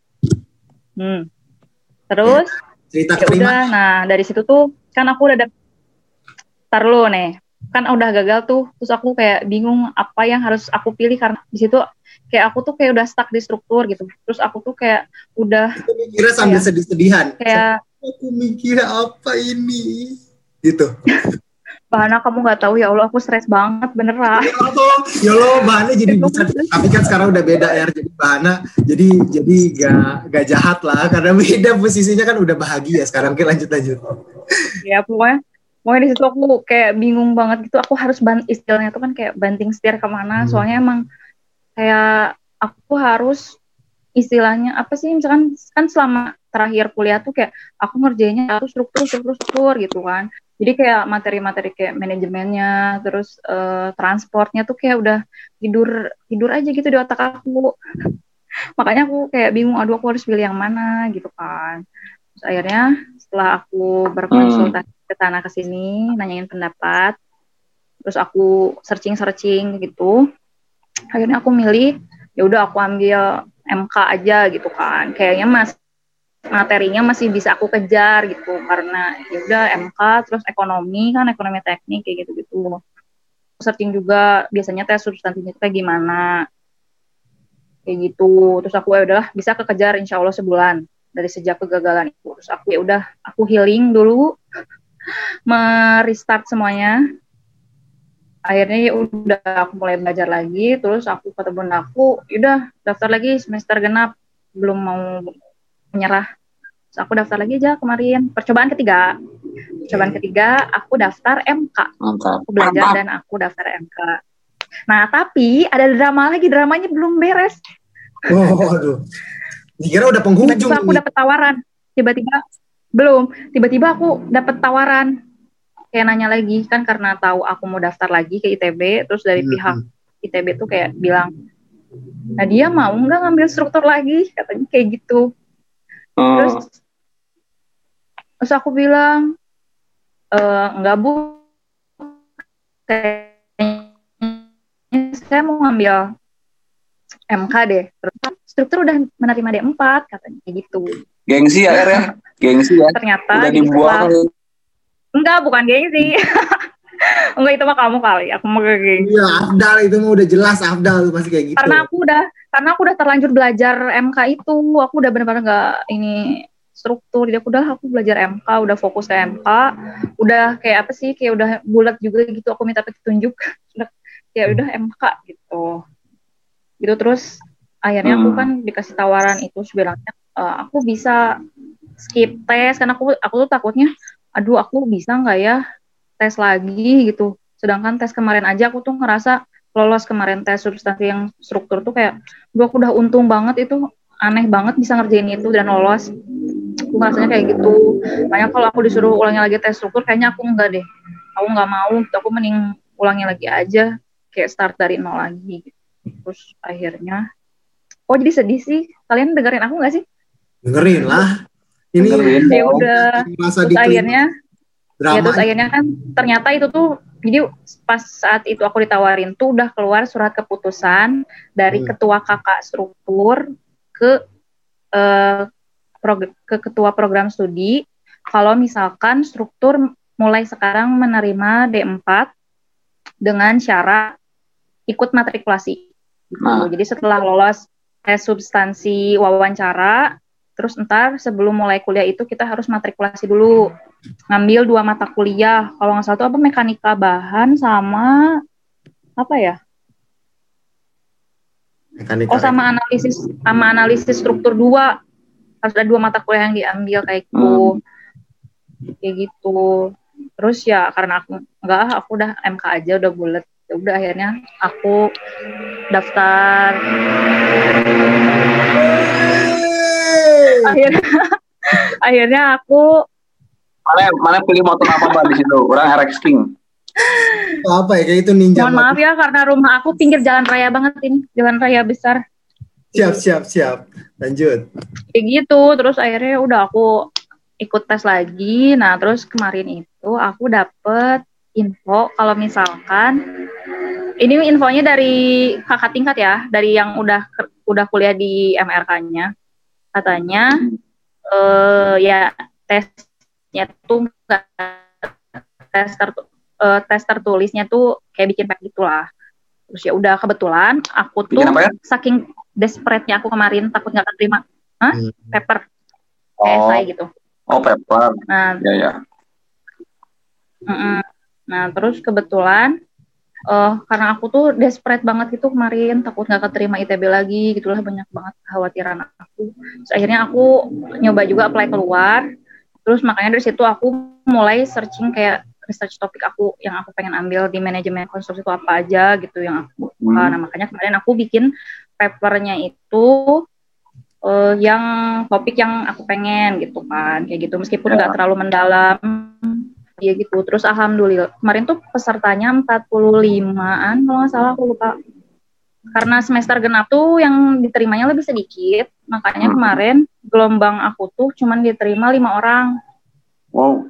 Speaker 2: Hmm. Terus
Speaker 3: cerita
Speaker 2: ya udah, nah dari situ tuh kan aku udah dapet, tar lu nih, kan udah gagal tuh, terus aku kayak bingung apa yang harus aku pilih karena di situ kayak aku tuh kayak udah stuck di struktur gitu, terus aku tuh kayak udah
Speaker 3: aku mikirnya sambil kayak, sedih-sedihan
Speaker 2: kayak
Speaker 3: aku mikir apa ini gitu.
Speaker 2: Bahana kamu nggak tahu ya Allah, aku stres banget beneran.
Speaker 3: Ya Allah, ya Allah, Bahana jadi bisa. Tapi kan sekarang udah beda ya, jadi Bahana jadi jadi gak gak jahat lah karena beda posisinya kan udah bahagia sekarang. Oke lanjut lanjut.
Speaker 2: Ya pokoknya, pokoknya di situ aku kayak bingung banget gitu. Aku harus bant istilahnya tuh kan kayak banting setir kemana. Hmm. Soalnya emang kayak aku harus istilahnya apa sih, misalkan kan selama terakhir kuliah tuh kayak aku ngerjainnya harus struktur struktur struktur gitu kan. Jadi kayak materi-materi kayak manajemennya, terus uh, transportnya tuh kayak udah tidur tidur aja gitu di otak aku. Makanya aku kayak bingung, aduh aku harus pilih yang mana gitu kan. Terus akhirnya setelah aku berkonsultasi hmm. ke sana ke sini, nanyain pendapat, terus aku searching-searching gitu. Akhirnya aku milih, ya udah aku ambil M K aja gitu kan. Kayaknya mas materinya masih bisa aku kejar gitu karena ya udah M K terus ekonomi kan ekonomi teknik kayak gitu-gitu. Searching juga biasanya tes substansinya kayak gimana kayak gitu. Terus aku ya udahlah bisa kekejar insya Allah sebulan dari sejak kegagalan itu. Terus aku ya udah aku healing dulu, merestart semuanya. Akhirnya ya udah aku mulai belajar lagi. Terus aku ketemu aku, ya udah daftar lagi semester genap, belum mau menyerah. Terus aku daftar lagi aja kemarin, percobaan ketiga. Percobaan ketiga, aku daftar M K.
Speaker 1: Mantap.
Speaker 2: Aku belajar
Speaker 1: Mantap.
Speaker 2: dan aku daftar M K. Nah, tapi ada drama lagi, dramanya belum beres.
Speaker 3: Oh, aduh. Dikira udah penghujung.
Speaker 2: Tiba-tiba aku dapat tawaran. Tiba-tiba, belum. Tiba-tiba aku dapat tawaran. Kayak nanya lagi, kan karena tahu aku mau daftar lagi ke I T B, terus dari hmm. pihak I T B tuh kayak bilang, nah dia mau nggak ngambil struktur lagi? Katanya kayak gitu.
Speaker 1: Oh.
Speaker 2: Terus, terus aku bilang, e, enggak bu, kayaknya saya mau ngambil M K deh. Terus struktur udah menerima D empat, katanya kayak gitu.
Speaker 1: Gengsi ya, Er ya? Gengsi ya?
Speaker 2: Ternyata
Speaker 1: udah dibuang.
Speaker 2: Enggak, bukan gengsi. Enggak, itu mah kamu kali. Aku mau kayak gengsi.
Speaker 3: Iya, Afdal itu mah udah jelas Afdal pasti kayak gitu.
Speaker 2: Karena aku udah, karena aku udah terlanjur belajar M K itu. Aku udah benar-benar nggak ini struktur. Jadi aku udah aku belajar M K, udah fokus ke M K. Udah kayak apa sih? Kayak udah bulat juga gitu. Aku minta petunjuk. Udah ya udah M K gitu. Gitu terus akhirnya aku kan dikasih tawaran itu sebenarnya uh, aku bisa skip tes karena aku aku tuh takutnya aduh aku bisa nggak ya tes lagi gitu. Sedangkan tes kemarin aja aku tuh ngerasa lolos kemarin tes substansi yang struktur tuh kayak duh aku udah untung banget itu aneh banget bisa ngerjain itu dan lolos. Aku ngerasanya kayak gitu. Makanya kalau aku disuruh ulangi lagi tes struktur kayaknya aku enggak deh. Aku nggak mau, aku mending ulangi lagi aja kayak start dari nol lagi gitu. Terus akhirnya oh jadi sedih sih. Kalian dengerin aku nggak sih?
Speaker 3: Dengerin lah. Ini
Speaker 2: ya udah. Terus akhirnya ya terus akhirnya kan ternyata itu tuh jadi pas saat itu aku ditawarin tuh udah keluar surat keputusan dari hmm. ketua kakak struktur ke uh, prog- ke ketua program studi kalau misalkan struktur mulai sekarang menerima D empat dengan syarat ikut matrikulasi. Nah. Jadi setelah lolos tes substansi wawancara, terus ntar sebelum mulai kuliah itu kita harus matrikulasi dulu. Ngambil dua mata kuliah. Kalau nggak salah itu apa mekanika bahan sama apa ya? Mekanika. Oh sama analisis sama analisis struktur dua. Harus ada dua mata kuliah yang diambil kayak gitu. Hmm. Kayak gitu. Terus ya karena aku enggak, aku udah M K aja udah bulet. Ya udah akhirnya aku daftar akhirnya akhirnya aku
Speaker 1: mana mana pilih motor apa mbak di situ orang R X King
Speaker 3: apa ya kayak itu ninja.
Speaker 2: Mohon maaf ya karena rumah aku pinggir jalan raya banget ini jalan raya besar.
Speaker 3: Siap siap siap lanjut.
Speaker 2: Kayak gitu terus akhirnya udah aku ikut tes lagi. Nah terus kemarin itu aku dapet info kalau misalkan ini infonya dari kakak tingkat ya, dari yang udah udah kuliah di M R K-nya. Katanya uh, ya tesnya tuh enggak tes tertu, uh, tes tertulisnya tuh kayak bikin pack gitulah. Terus ya udah kebetulan aku tuh ya? Saking desperate-nya aku kemarin takut enggak keterima. Hah? Hmm. Paper.
Speaker 1: Oh.
Speaker 2: Esai gitu.
Speaker 1: Oh, paper.
Speaker 2: Nah,
Speaker 1: ya ya.
Speaker 2: Uh-uh. Nah, terus kebetulan Uh, karena aku tuh desperate banget gitu kemarin takut nggak keterima I T B lagi gitulah banyak banget kekhawatiran aku. Terus akhirnya aku nyoba juga apply keluar. Terus makanya dari situ aku mulai searching kayak research topik aku yang aku pengen ambil di manajemen konstruksi itu apa aja gitu yang aku hmm. uh, nah makanya kemarin aku bikin papernya itu uh, yang topik yang aku pengen gitu kan kayak gitu meskipun nggak yeah. terlalu mendalam. Ya gitu, terus alhamdulillah kemarin tuh pesertanya empat puluh limaan kalau nggak salah aku lupa karena semester genap tuh yang diterimanya lebih sedikit makanya kemarin gelombang aku tuh cuman diterima lima orang.
Speaker 1: Wow.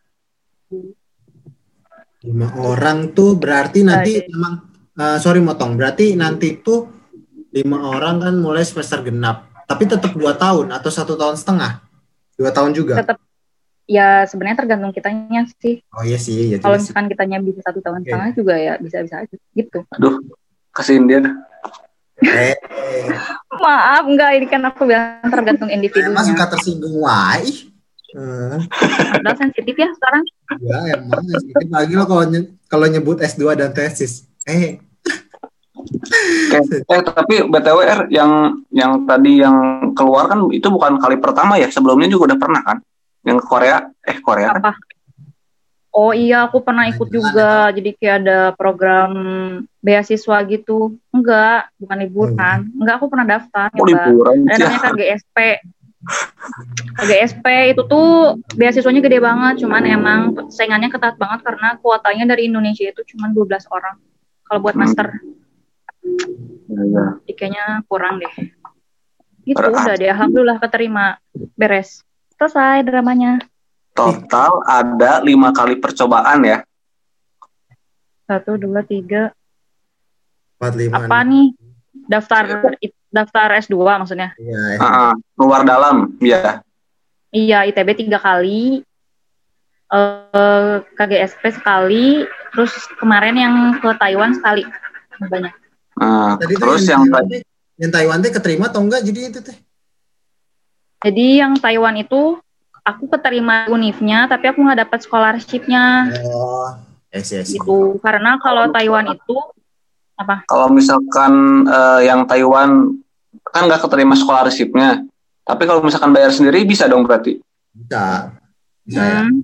Speaker 3: Lima orang tuh berarti nanti Aduh. memang uh, sorry motong berarti nanti tuh lima orang kan mulai semester genap tapi tetap dua tahun atau satu tahun setengah dua tahun juga.
Speaker 2: Tetap ya sebenarnya tergantung kitanya sih.
Speaker 3: Oh iya sih. Ya
Speaker 2: kalau misalkan kitanya bisa satu tahun okay. setengah juga ya bisa-bisa aja gitu.
Speaker 1: Aduh, kasihin dia dah.
Speaker 3: Eh,
Speaker 2: Maaf, enggak ini kan aku bilang tergantung individunya.
Speaker 3: Emang suka tersinggung wah. Hmm.
Speaker 2: Udah sensitif ya sekarang.
Speaker 3: Ya emang sensitif lagi lo kalau nye- kalau nyebut S dua dan tesis. Eh.
Speaker 1: Okay. Eh tapi B T W R yang yang tadi yang keluar kan itu bukan kali pertama ya, sebelumnya juga udah pernah kan? Yang Korea, eh Korea
Speaker 2: apa?
Speaker 1: Kan?
Speaker 2: Oh iya, aku pernah ikut juga. Jadi kayak ada program beasiswa gitu. Enggak, bukan liburan. Enggak, aku pernah daftar.
Speaker 1: Oh, liburan.
Speaker 2: Ada namanya K G S P. K G S P itu tuh beasiswanya gede banget. Cuman emang saingannya ketat banget karena kuotanya dari Indonesia itu cuma dua belas orang. Kalau buat master.
Speaker 1: Hmm.
Speaker 2: Jadi kayaknya kurang deh. Gitu, Berat. Udah deh. Alhamdulillah keterima. Beres. Selesai dramanya.
Speaker 1: Total ada lima kali percobaan ya?
Speaker 2: Satu, dua, tiga.
Speaker 3: Empat, lima.
Speaker 2: Apa nih? Daftar daftar S dua maksudnya?
Speaker 3: Iya.
Speaker 1: Uh, luar dalam, iya.
Speaker 2: Iya, I T B tiga kali. Uh, K G S P sekali. Terus kemarin yang ke Taiwan sekali. Banyak.
Speaker 1: Uh,
Speaker 3: Tadi
Speaker 1: terus
Speaker 3: yang
Speaker 1: yang
Speaker 3: Taiwan, yang Taiwan teh keterima atau enggak? Jadi itu teh?
Speaker 2: Jadi yang Taiwan itu aku keterima univnya, tapi aku nggak dapat scholarship-nya.
Speaker 3: Oh, yes, yes.
Speaker 2: Gitu. Karena kalau Taiwan itu Apa?
Speaker 1: Kalau misalkan uh, yang Taiwan kan nggak keterima scholarship-nya, tapi kalau misalkan bayar sendiri bisa dong berarti?
Speaker 3: Bisa. Bisa ya.
Speaker 2: Hmm.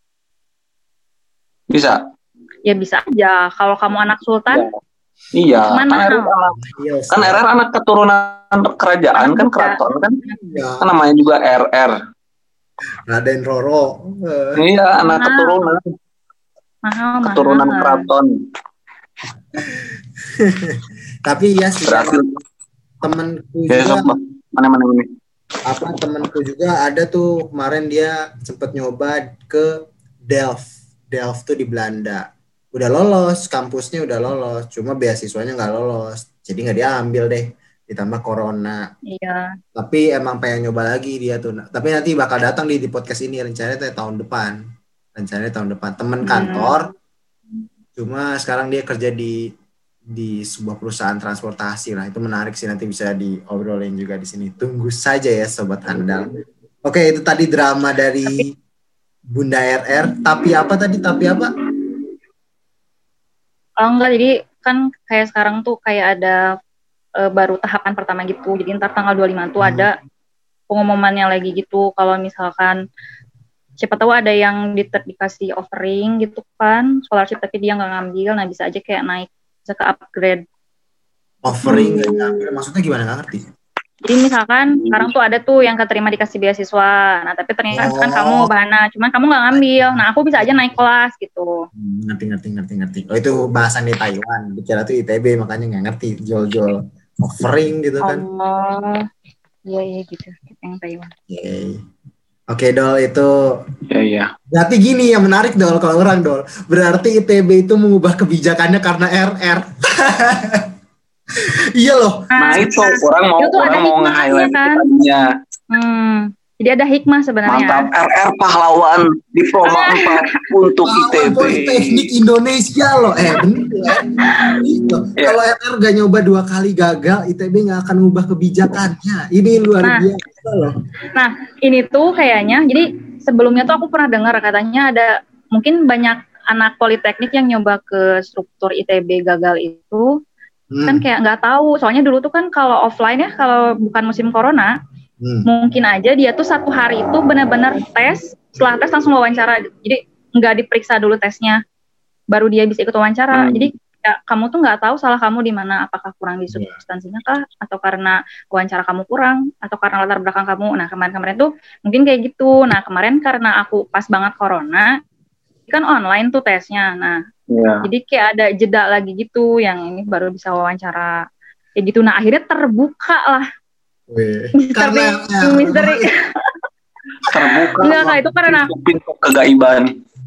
Speaker 1: Bisa.
Speaker 2: Ya bisa aja. Kalau kamu anak sultan,
Speaker 1: iya.
Speaker 2: cuman
Speaker 1: Kan R R
Speaker 2: mahal.
Speaker 1: anak, kan R R anak keturunan kerajaan kan
Speaker 2: Juga.
Speaker 1: keraton kan,
Speaker 3: Iya.
Speaker 1: kan namanya juga R R.
Speaker 3: Raden Roro. Eh,
Speaker 1: Iya, anak
Speaker 2: Mahal.
Speaker 1: keturunan
Speaker 2: Mahal,
Speaker 1: keturunan
Speaker 2: mahal.
Speaker 1: keraton.
Speaker 3: Tapi ya sih
Speaker 1: Berarti
Speaker 3: temanku
Speaker 1: ya
Speaker 3: juga
Speaker 1: sok, mana mana ini.
Speaker 3: apa temanku juga ada tuh kemarin dia sempat nyoba ke Delft. Delft tuh di Belanda. Udah lolos, kampusnya udah lolos, cuma beasiswanya nggak lolos. Jadi nggak diambil deh, ditambah corona.
Speaker 2: Iya.
Speaker 3: Tapi emang pengen nyoba lagi dia tuh. Tapi nanti bakal datang di, di podcast ini rencananya tahun depan. Rencananya tahun depan. Temen kantor, cuma sekarang dia kerja di di sebuah perusahaan transportasi lah. Itu menarik sih, nanti bisa diobrolin juga di sini. Tunggu saja ya sobat handal. Oke, itu tadi drama dari Bunda R R. Tapi apa tadi? Tapi apa?
Speaker 2: Oh enggak, jadi kan kayak sekarang tuh kayak ada e, baru tahapan pertama gitu. Jadi ntar tanggal dua puluh lima tuh
Speaker 3: Hmm.
Speaker 2: ada pengumumannya lagi gitu. Kalau misalkan siapa tahu ada yang di, dikasih offering gitu kan, scholarship tapi dia nggak ngambil, nah bisa aja kayak naik, bisa ke upgrade.
Speaker 3: Offering nggak diambil. Maksudnya gimana? Nggak ngerti.
Speaker 2: Jadi misalkan sekarang tuh ada tuh yang keterima dikasih beasiswa, nah tapi ternyata
Speaker 3: Oh.
Speaker 2: kan kamu bahana, cuman kamu nggak ngambil, nah aku bisa aja naik kelas gitu.
Speaker 3: Hmm, ngerti, ngerti, ngerti, ngerti. Oh itu bahasan di Taiwan. Dikira tuh I T B, makanya nggak ngerti. Jual-jual offering gitu kan.
Speaker 2: Oh, iya iya gitu, yang Taiwan.
Speaker 3: Oke. Oke Dol, itu
Speaker 1: Ya iya.
Speaker 3: berarti gini yang menarik Dol kalau orang Dol. Berarti I T B itu mengubah kebijakannya karena R R. Iya loh.
Speaker 1: Nah itu orang mau
Speaker 2: itu tuh ada
Speaker 1: orang mau
Speaker 2: hikmahnya
Speaker 1: nge-highlight
Speaker 2: kan.
Speaker 1: tadinya.
Speaker 2: Hmm, jadi ada hikmah sebenarnya.
Speaker 1: Mantap, R R pahlawan diploma empat untuk I T B.
Speaker 3: Politeknik Indonesia loh. Eh bener ya. Gitu.
Speaker 1: Iya.
Speaker 3: Kalau R R gak nyoba dua kali gagal, I T B gak akan mengubah kebijakannya. Ini luar
Speaker 2: Nah.
Speaker 3: biasa loh.
Speaker 2: Nah, ini tuh kayaknya, jadi sebelumnya tuh aku pernah dengar katanya ada mungkin banyak anak politeknik yang nyoba ke struktur I T B gagal itu.
Speaker 3: Hmm.
Speaker 2: Kan kayak nggak tahu, soalnya dulu tuh kan kalau offline ya, kalau bukan musim corona,
Speaker 3: Hmm.
Speaker 2: mungkin aja dia tuh satu hari itu benar-benar tes, setelah tes langsung wawancara, jadi nggak diperiksa dulu tesnya, baru dia bisa ikut wawancara.
Speaker 1: Hmm.
Speaker 2: Jadi ya, kamu tuh nggak tahu salah kamu di mana, apakah kurang di substansinya kah, atau karena wawancara kamu kurang, atau karena latar belakang kamu. Nah kemarin-kemarin tuh mungkin kayak gitu. Nah kemarin karena aku pas banget corona, kan online tuh tesnya. Nah
Speaker 1: Iya.
Speaker 2: jadi kayak ada jeda lagi gitu, yang ini baru bisa wawancara kayak gitu. Nah akhirnya terbuka lah
Speaker 3: Weh.
Speaker 2: misteri
Speaker 3: Karena
Speaker 2: misteri
Speaker 1: Terbuka.
Speaker 2: enggak kak, itu karena
Speaker 1: pintu kegaiban.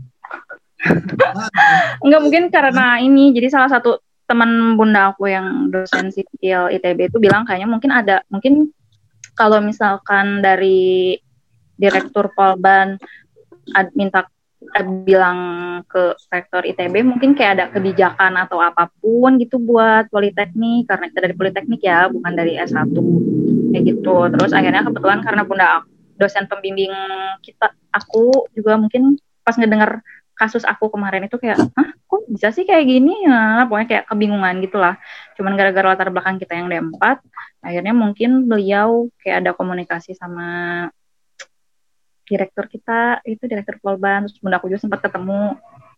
Speaker 2: enggak mungkin karena ini, jadi salah satu teman bunda aku yang dosen sipil I T B itu bilang kayaknya mungkin ada, mungkin kalau misalkan dari direktur Polban ad, minta ad, bilang ke rektor I T B mungkin kayak ada kebijakan atau apapun gitu buat politeknik, karena kita dari politeknik ya, bukan dari S satu kayak gitu. Terus akhirnya kebetulan karena bunda aku, dosen pembimbing kita, aku juga mungkin pas ngedenger kasus aku kemarin itu kayak, hah kok bisa sih kayak gini? Nah, pokoknya kayak kebingungan gitulah. Cuman gara-gara latar belakang kita yang D empat, akhirnya mungkin beliau kayak ada komunikasi sama direktur kita, itu direktur Polban, terus bunda aku juga sempat ketemu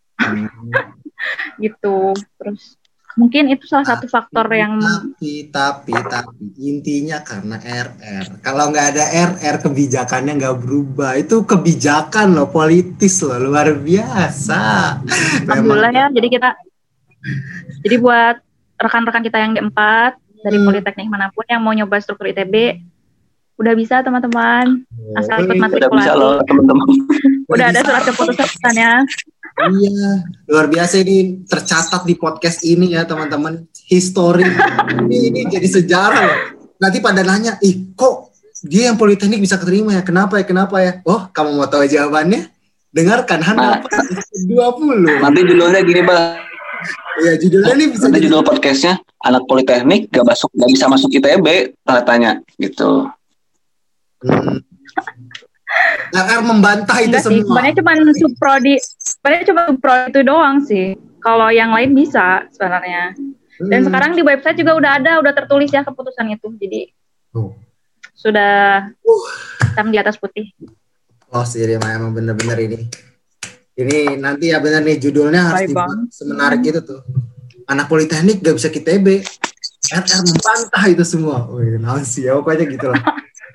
Speaker 2: gitu. Terus mungkin itu salah satu faktor yang
Speaker 3: tapi tapi tapi intinya karena R R. Kalau nggak ada R R kebijakannya nggak berubah. Itu kebijakan loh, politis loh, luar biasa.
Speaker 2: alhamdulillah ya. Jadi kita, jadi buat rekan-rekan kita yang D empat dari
Speaker 3: Hmm.
Speaker 2: politeknik manapun yang mau nyoba struktur I T B, udah bisa teman-teman, asal ikut
Speaker 3: Memang
Speaker 1: Udah bisa
Speaker 2: matrikulasi.
Speaker 1: loh teman-teman.
Speaker 2: Udah ada
Speaker 3: bisa.
Speaker 2: surat keputusannya.
Speaker 3: Iya, luar biasa ini tercatat di podcast ini ya teman-teman. History ini, ini jadi sejarah loh. Nanti pada nanya, ih kok dia yang politeknik bisa keterima ya? Kenapa ya? Kenapa ya? Oh, kamu mau tahu jawabannya? Dengarkan Handal
Speaker 1: Nah.
Speaker 3: dua puluh.
Speaker 1: Nanti judulnya gini bang.
Speaker 3: Ya judulnya nih bisa
Speaker 1: Nanti
Speaker 3: jadi
Speaker 1: judul podcastnya anak politeknik gak masuk, gak bisa masuk I T B, tanda tanya gitu.
Speaker 3: Hmm. R R membantah itu
Speaker 2: Enggak sih,
Speaker 3: semua.
Speaker 2: sebenarnya cuma subprodi, sebenarnya cuma subprodi itu doang sih. Kalau yang lain bisa sebenarnya. Dan
Speaker 3: Hmm.
Speaker 2: sekarang di website juga udah ada, udah tertulis ya keputusan itu. Jadi
Speaker 3: Oh.
Speaker 2: sudah hitam di atas putih.
Speaker 3: Oh sih emang, emang bener-bener ini. Ini nanti ya bener nih judulnya harus
Speaker 2: Bye,
Speaker 3: dibuat
Speaker 2: Bang.
Speaker 3: semenarik itu tuh. Anak politeknik gak bisa K T B. R R membantah itu semua. Wih, nah sih ya pokoknya gitu lah.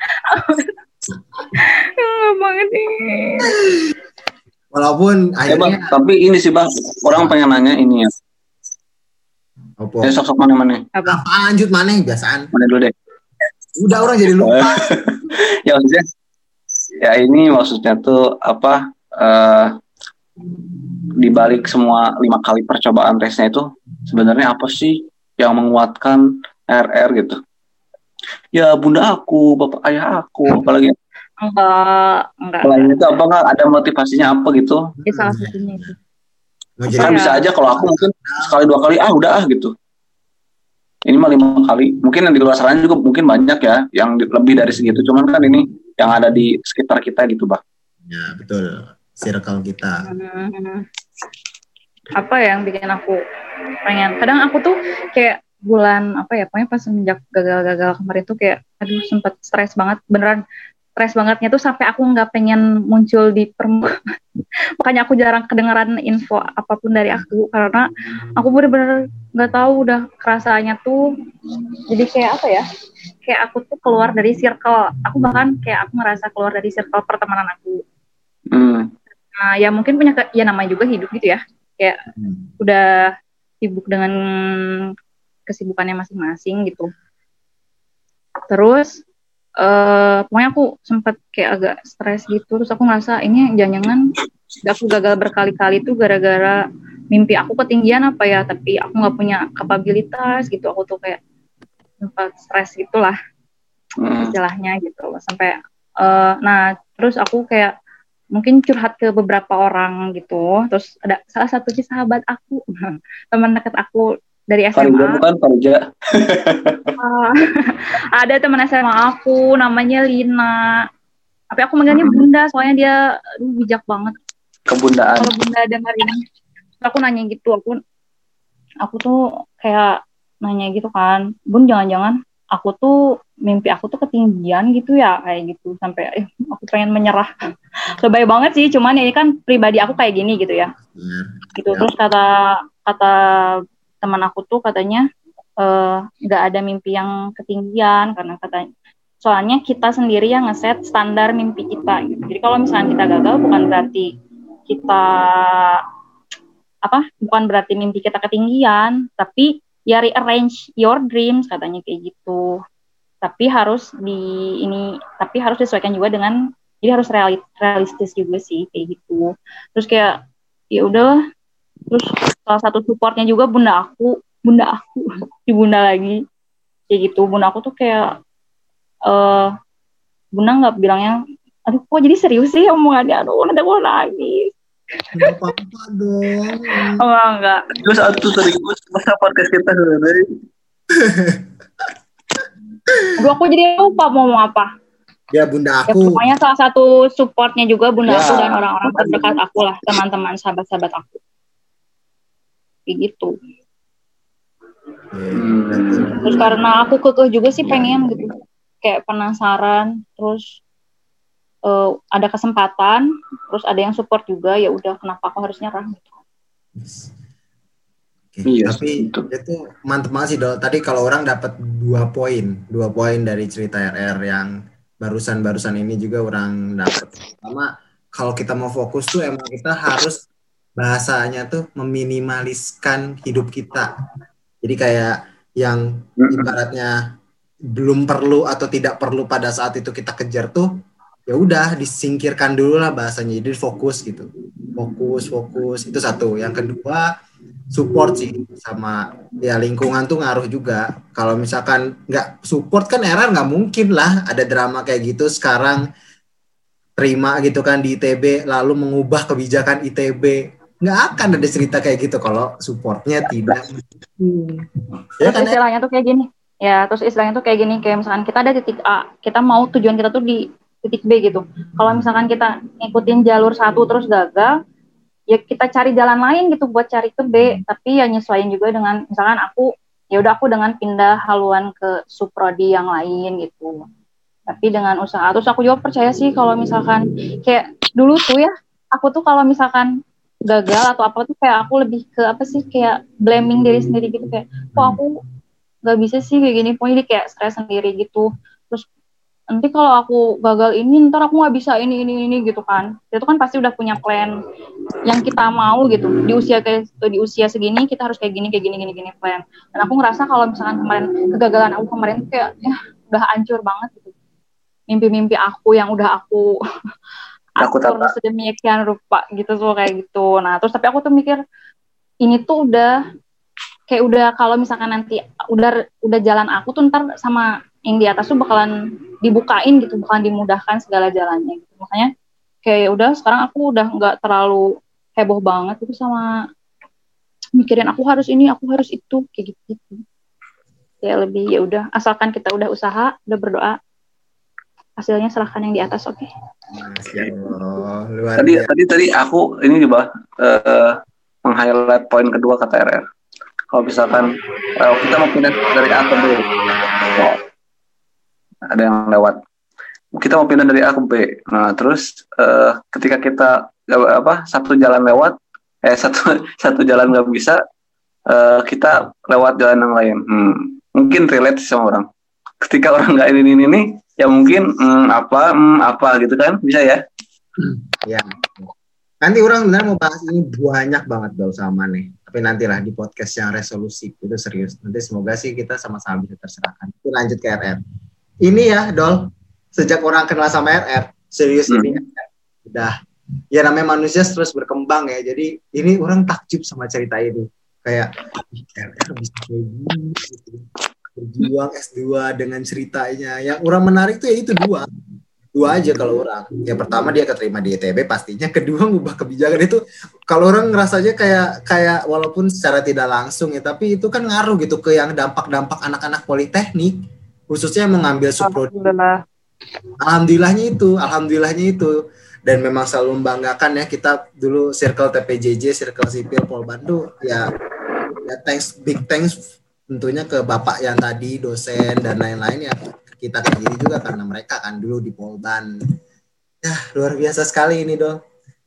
Speaker 2: Enggak banget ini.
Speaker 3: Walaupun
Speaker 1: Ya bang,
Speaker 3: akhirnya
Speaker 1: tapi ini sih bang, orang pengen nanya ini ya.
Speaker 3: opo.
Speaker 1: Ya sok-sok mana-mana.
Speaker 2: Apa?
Speaker 3: Apa lanjut mana biasaan.
Speaker 1: Mana dulu deh.
Speaker 3: Udah orang jadi lupa.
Speaker 1: Ya maksudnya, ya ini maksudnya tuh apa? eh di balik semua lima kali percobaan tesnya itu sebenarnya apa sih yang menguatkan R R gitu? Ya bunda aku, bapak ayah aku, apalagi
Speaker 2: Enggak, enggak.
Speaker 1: selain itu apa nggak ada motivasinya apa gitu?
Speaker 2: Itu salah satunya itu.
Speaker 3: Mau
Speaker 1: Kan
Speaker 3: jadi
Speaker 2: Iya.
Speaker 1: bisa aja kalau aku mungkin sekali dua kali ah udah ah gitu. Ini mah lima kali. Mungkin yang di luar sana juga mungkin banyak ya yang di- lebih dari segitu. Cuman kan ini yang ada di sekitar kita gitu bang.
Speaker 3: ya betul. Circle kita.
Speaker 2: Hmm. Apa ya yang bikin aku pengen? Kadang aku tuh kayak bulan apa ya, pokoknya pas semenjak gagal-gagal kemarin tuh kayak aduh sempet stres banget, beneran stres bangetnya tuh sampai aku nggak pengen muncul di permukaan. Makanya aku jarang kedengeran info apapun dari aku karena aku bener-bener nggak tahu udah kerasanya tuh jadi kayak apa ya, kayak aku tuh keluar dari circle, aku bahkan kayak aku ngerasa keluar dari circle pertemanan aku.
Speaker 1: Hmm.
Speaker 2: Nah, ya mungkin punya ke- ya namanya juga hidup gitu ya, kayak
Speaker 3: Hmm.
Speaker 2: udah sibuk dengan kesibukannya masing-masing gitu. Terus eh pokoknya aku sempat kayak agak stres gitu, terus aku ngerasa ini jangan-jangan aku gagal berkali-kali tuh gara-gara mimpi aku ketinggian apa ya, tapi aku nggak punya kapabilitas gitu, aku tuh kayak sempat stres gitulah
Speaker 1: Hmm.
Speaker 2: istilahnya gitu sampai eh nah terus aku kayak mungkin curhat ke beberapa orang gitu, terus ada salah satunya sahabat aku teman dekat aku dari S M
Speaker 1: Farija
Speaker 2: A.
Speaker 1: bukan Farija.
Speaker 2: Ah, ada teman S M A aku namanya Lina, tapi aku manggilnya Bunda soalnya dia aduh, bijak banget.
Speaker 1: Kebundaan.
Speaker 2: Kalau Bunda dengar ini, terus aku nanya gitu, aku aku tuh kayak nanya gitu kan, Bun jangan-jangan aku tuh mimpi aku tuh ketinggian gitu ya kayak gitu, sampai eh, aku pengen menyerah. Lebay banget sih, cuman ini kan pribadi aku kayak gini gitu ya.
Speaker 3: Ya.
Speaker 2: Gitu. Terus kata kata teman aku tuh katanya nggak eh, ada mimpi yang ketinggian karena katanya soalnya kita sendiri yang ngeset standar mimpi kita gitu. Jadi kalau misalnya kita gagal bukan berarti kita apa bukan berarti mimpi kita ketinggian, tapi ya rearrange your dreams katanya kayak gitu. Tapi harus di ini tapi harus disesuaikan juga dengan, jadi harus reali- realistis juga sih kayak gitu. Terus kayak ya udahlah. Terus salah satu supportnya juga bunda aku, bunda aku di bunda lagi kayak gitu. Bunda aku tuh kayak uh, bunda nggak bilangnya, aduh kok jadi serius sih omongannya, aduh nanti aku nangis.
Speaker 3: Nggak apa-apa dong.
Speaker 2: Oh enggak.
Speaker 1: Terus satu serius masa podcast kita sebenarnya.
Speaker 2: Aduh aku jadi lupa mau ngomong apa.
Speaker 3: Ya bunda
Speaker 2: Ya,
Speaker 3: aku.
Speaker 2: pokoknya salah satu supportnya juga bunda
Speaker 1: Ya.
Speaker 2: aku dan orang-orang terdekat aku lah, teman-teman sahabat-sahabat aku. Kayak gitu.
Speaker 1: Hmm.
Speaker 2: Terus karena aku kekeh juga sih pengen gitu, kayak penasaran, terus uh, ada kesempatan, terus ada yang support juga, ya udah kenapa aku harus nyerah gitu.
Speaker 3: Oke,
Speaker 1: Iya,
Speaker 3: tapi
Speaker 1: betul.
Speaker 3: itu mantep banget sih Dol. Tadi kalau orang dapat dua poin, dua poin dari cerita R R yang barusan-barusan ini juga orang dapat. Pertama, kalau kita mau fokus tuh emang kita harus bahasanya tuh meminimaliskan hidup kita. Jadi kayak yang ibaratnya belum perlu atau tidak perlu pada saat itu kita kejar tuh, ya udah disingkirkan dulu lah bahasanya. Jadi fokus gitu, fokus fokus itu satu. Yang kedua support sih, sama ya lingkungan tuh ngaruh juga. Kalau misalkan nggak support kan R R nggak mungkin lah ada drama kayak gitu sekarang terima gitu kan di I T B lalu mengubah kebijakan I T B. Nggak akan ada cerita kayak gitu kalau supportnya tidak. Hmm. Ya
Speaker 2: Terus
Speaker 3: kan,
Speaker 2: istilahnya tuh kayak gini, ya terus istilahnya tuh kayak gini, kayak misalkan kita ada titik A, kita mau tujuan kita tuh di titik B gitu. Kalau misalkan kita ngikutin jalur satu terus gagal, ya kita cari jalan lain gitu buat cari ke B, tapi ya nyesuaiin juga dengan misalkan aku ya udah aku dengan pindah haluan ke subprodi yang lain gitu. Tapi dengan usaha, terus aku juga percaya sih kalau misalkan kayak dulu tuh ya, aku tuh kalau misalkan gagal atau apa tuh kayak aku lebih ke apa sih kayak blaming diri sendiri gitu, kayak kok aku nggak bisa sih kayak gini, pokoknya kayak stres sendiri gitu. Terus nanti kalau aku gagal ini ntar aku nggak bisa ini ini ini gitu kan. Itu kan pasti udah punya plan yang kita mau gitu, di usia kayak di usia segini kita harus kayak gini kayak gini gini gini plan. Dan aku ngerasa kalau misalkan kemarin kegagalan aku kemarin tuh kayak ya udah hancur banget gitu, mimpi-mimpi aku yang udah aku atur sedemikian rupa gitu tuh kayak gitu. Nah terus tapi aku tuh mikir ini tuh udah kayak udah kalau misalkan nanti udah udah jalan aku tuh ntar sama yang di atas tuh bakalan dibukain gitu, bakalan dimudahkan segala jalannya gitu. Makanya kayak udah sekarang aku udah nggak terlalu heboh banget itu sama mikirin aku harus ini aku harus itu kayak gitu gitu. Ya lebih ya udah asalkan kita udah usaha, udah berdoa, hasilnya serahkan yang di atas. Oke. Okay.
Speaker 3: Oh, luar
Speaker 1: tadi
Speaker 3: biasa.
Speaker 1: tadi tadi aku ini coba uh, meng-highlight poin kedua kata R R. Kalau misalkan uh, kita mau pindah dari A ke B, oh, ada yang lewat. Kita mau pindah dari A ke B. Nah, terus uh, ketika kita uh, apa satu jalan lewat, eh satu satu jalan nggak bisa, uh, kita lewat jalan yang lain. Hmm, mungkin relate sama orang. Ketika orang nggak ini ini ini, ya mungkin hmm, apa hmm, apa gitu kan, bisa ya?
Speaker 3: Ya. Nanti orang benar mau bahas ini banyak banget Dol sama nih. Tapi nantilah di podcast yang resolusi itu serius. Nanti semoga sih kita sama-sama bisa terserahkan. Itu lanjut ke R R. Ini ya Dol, sejak orang kenal sama R R, serius hmm. ini udah. Ya namanya manusia terus berkembang ya. Jadi ini orang takjub sama cerita ini. Kayak R R bisa kayak gini gitu. Berjuang S dua dengan ceritanya. Yang orang menarik tuh ya itu dua. Dua aja kalau orang. Yang pertama dia keterima di I T B pastinya. Kedua ngubah kebijakan itu. Kalau orang ngerasanya kayak kayak walaupun secara tidak langsung ya, tapi itu kan ngaruh gitu ke yang dampak-dampak anak-anak politeknik. Khususnya yang mengambil subprodi.
Speaker 2: Alhamdulillah.
Speaker 3: Alhamdulillahnya itu. Alhamdulillahnya itu. Dan memang selalu membanggakan ya. Kita dulu circle T P J J, circle sipil Polban tuh ya, ya thanks, big thanks tentunya ke Bapak yang tadi, dosen, dan lain-lain ya. Kita kayak gini juga karena mereka kan dulu di Polban. Ya, luar biasa sekali ini, Dol.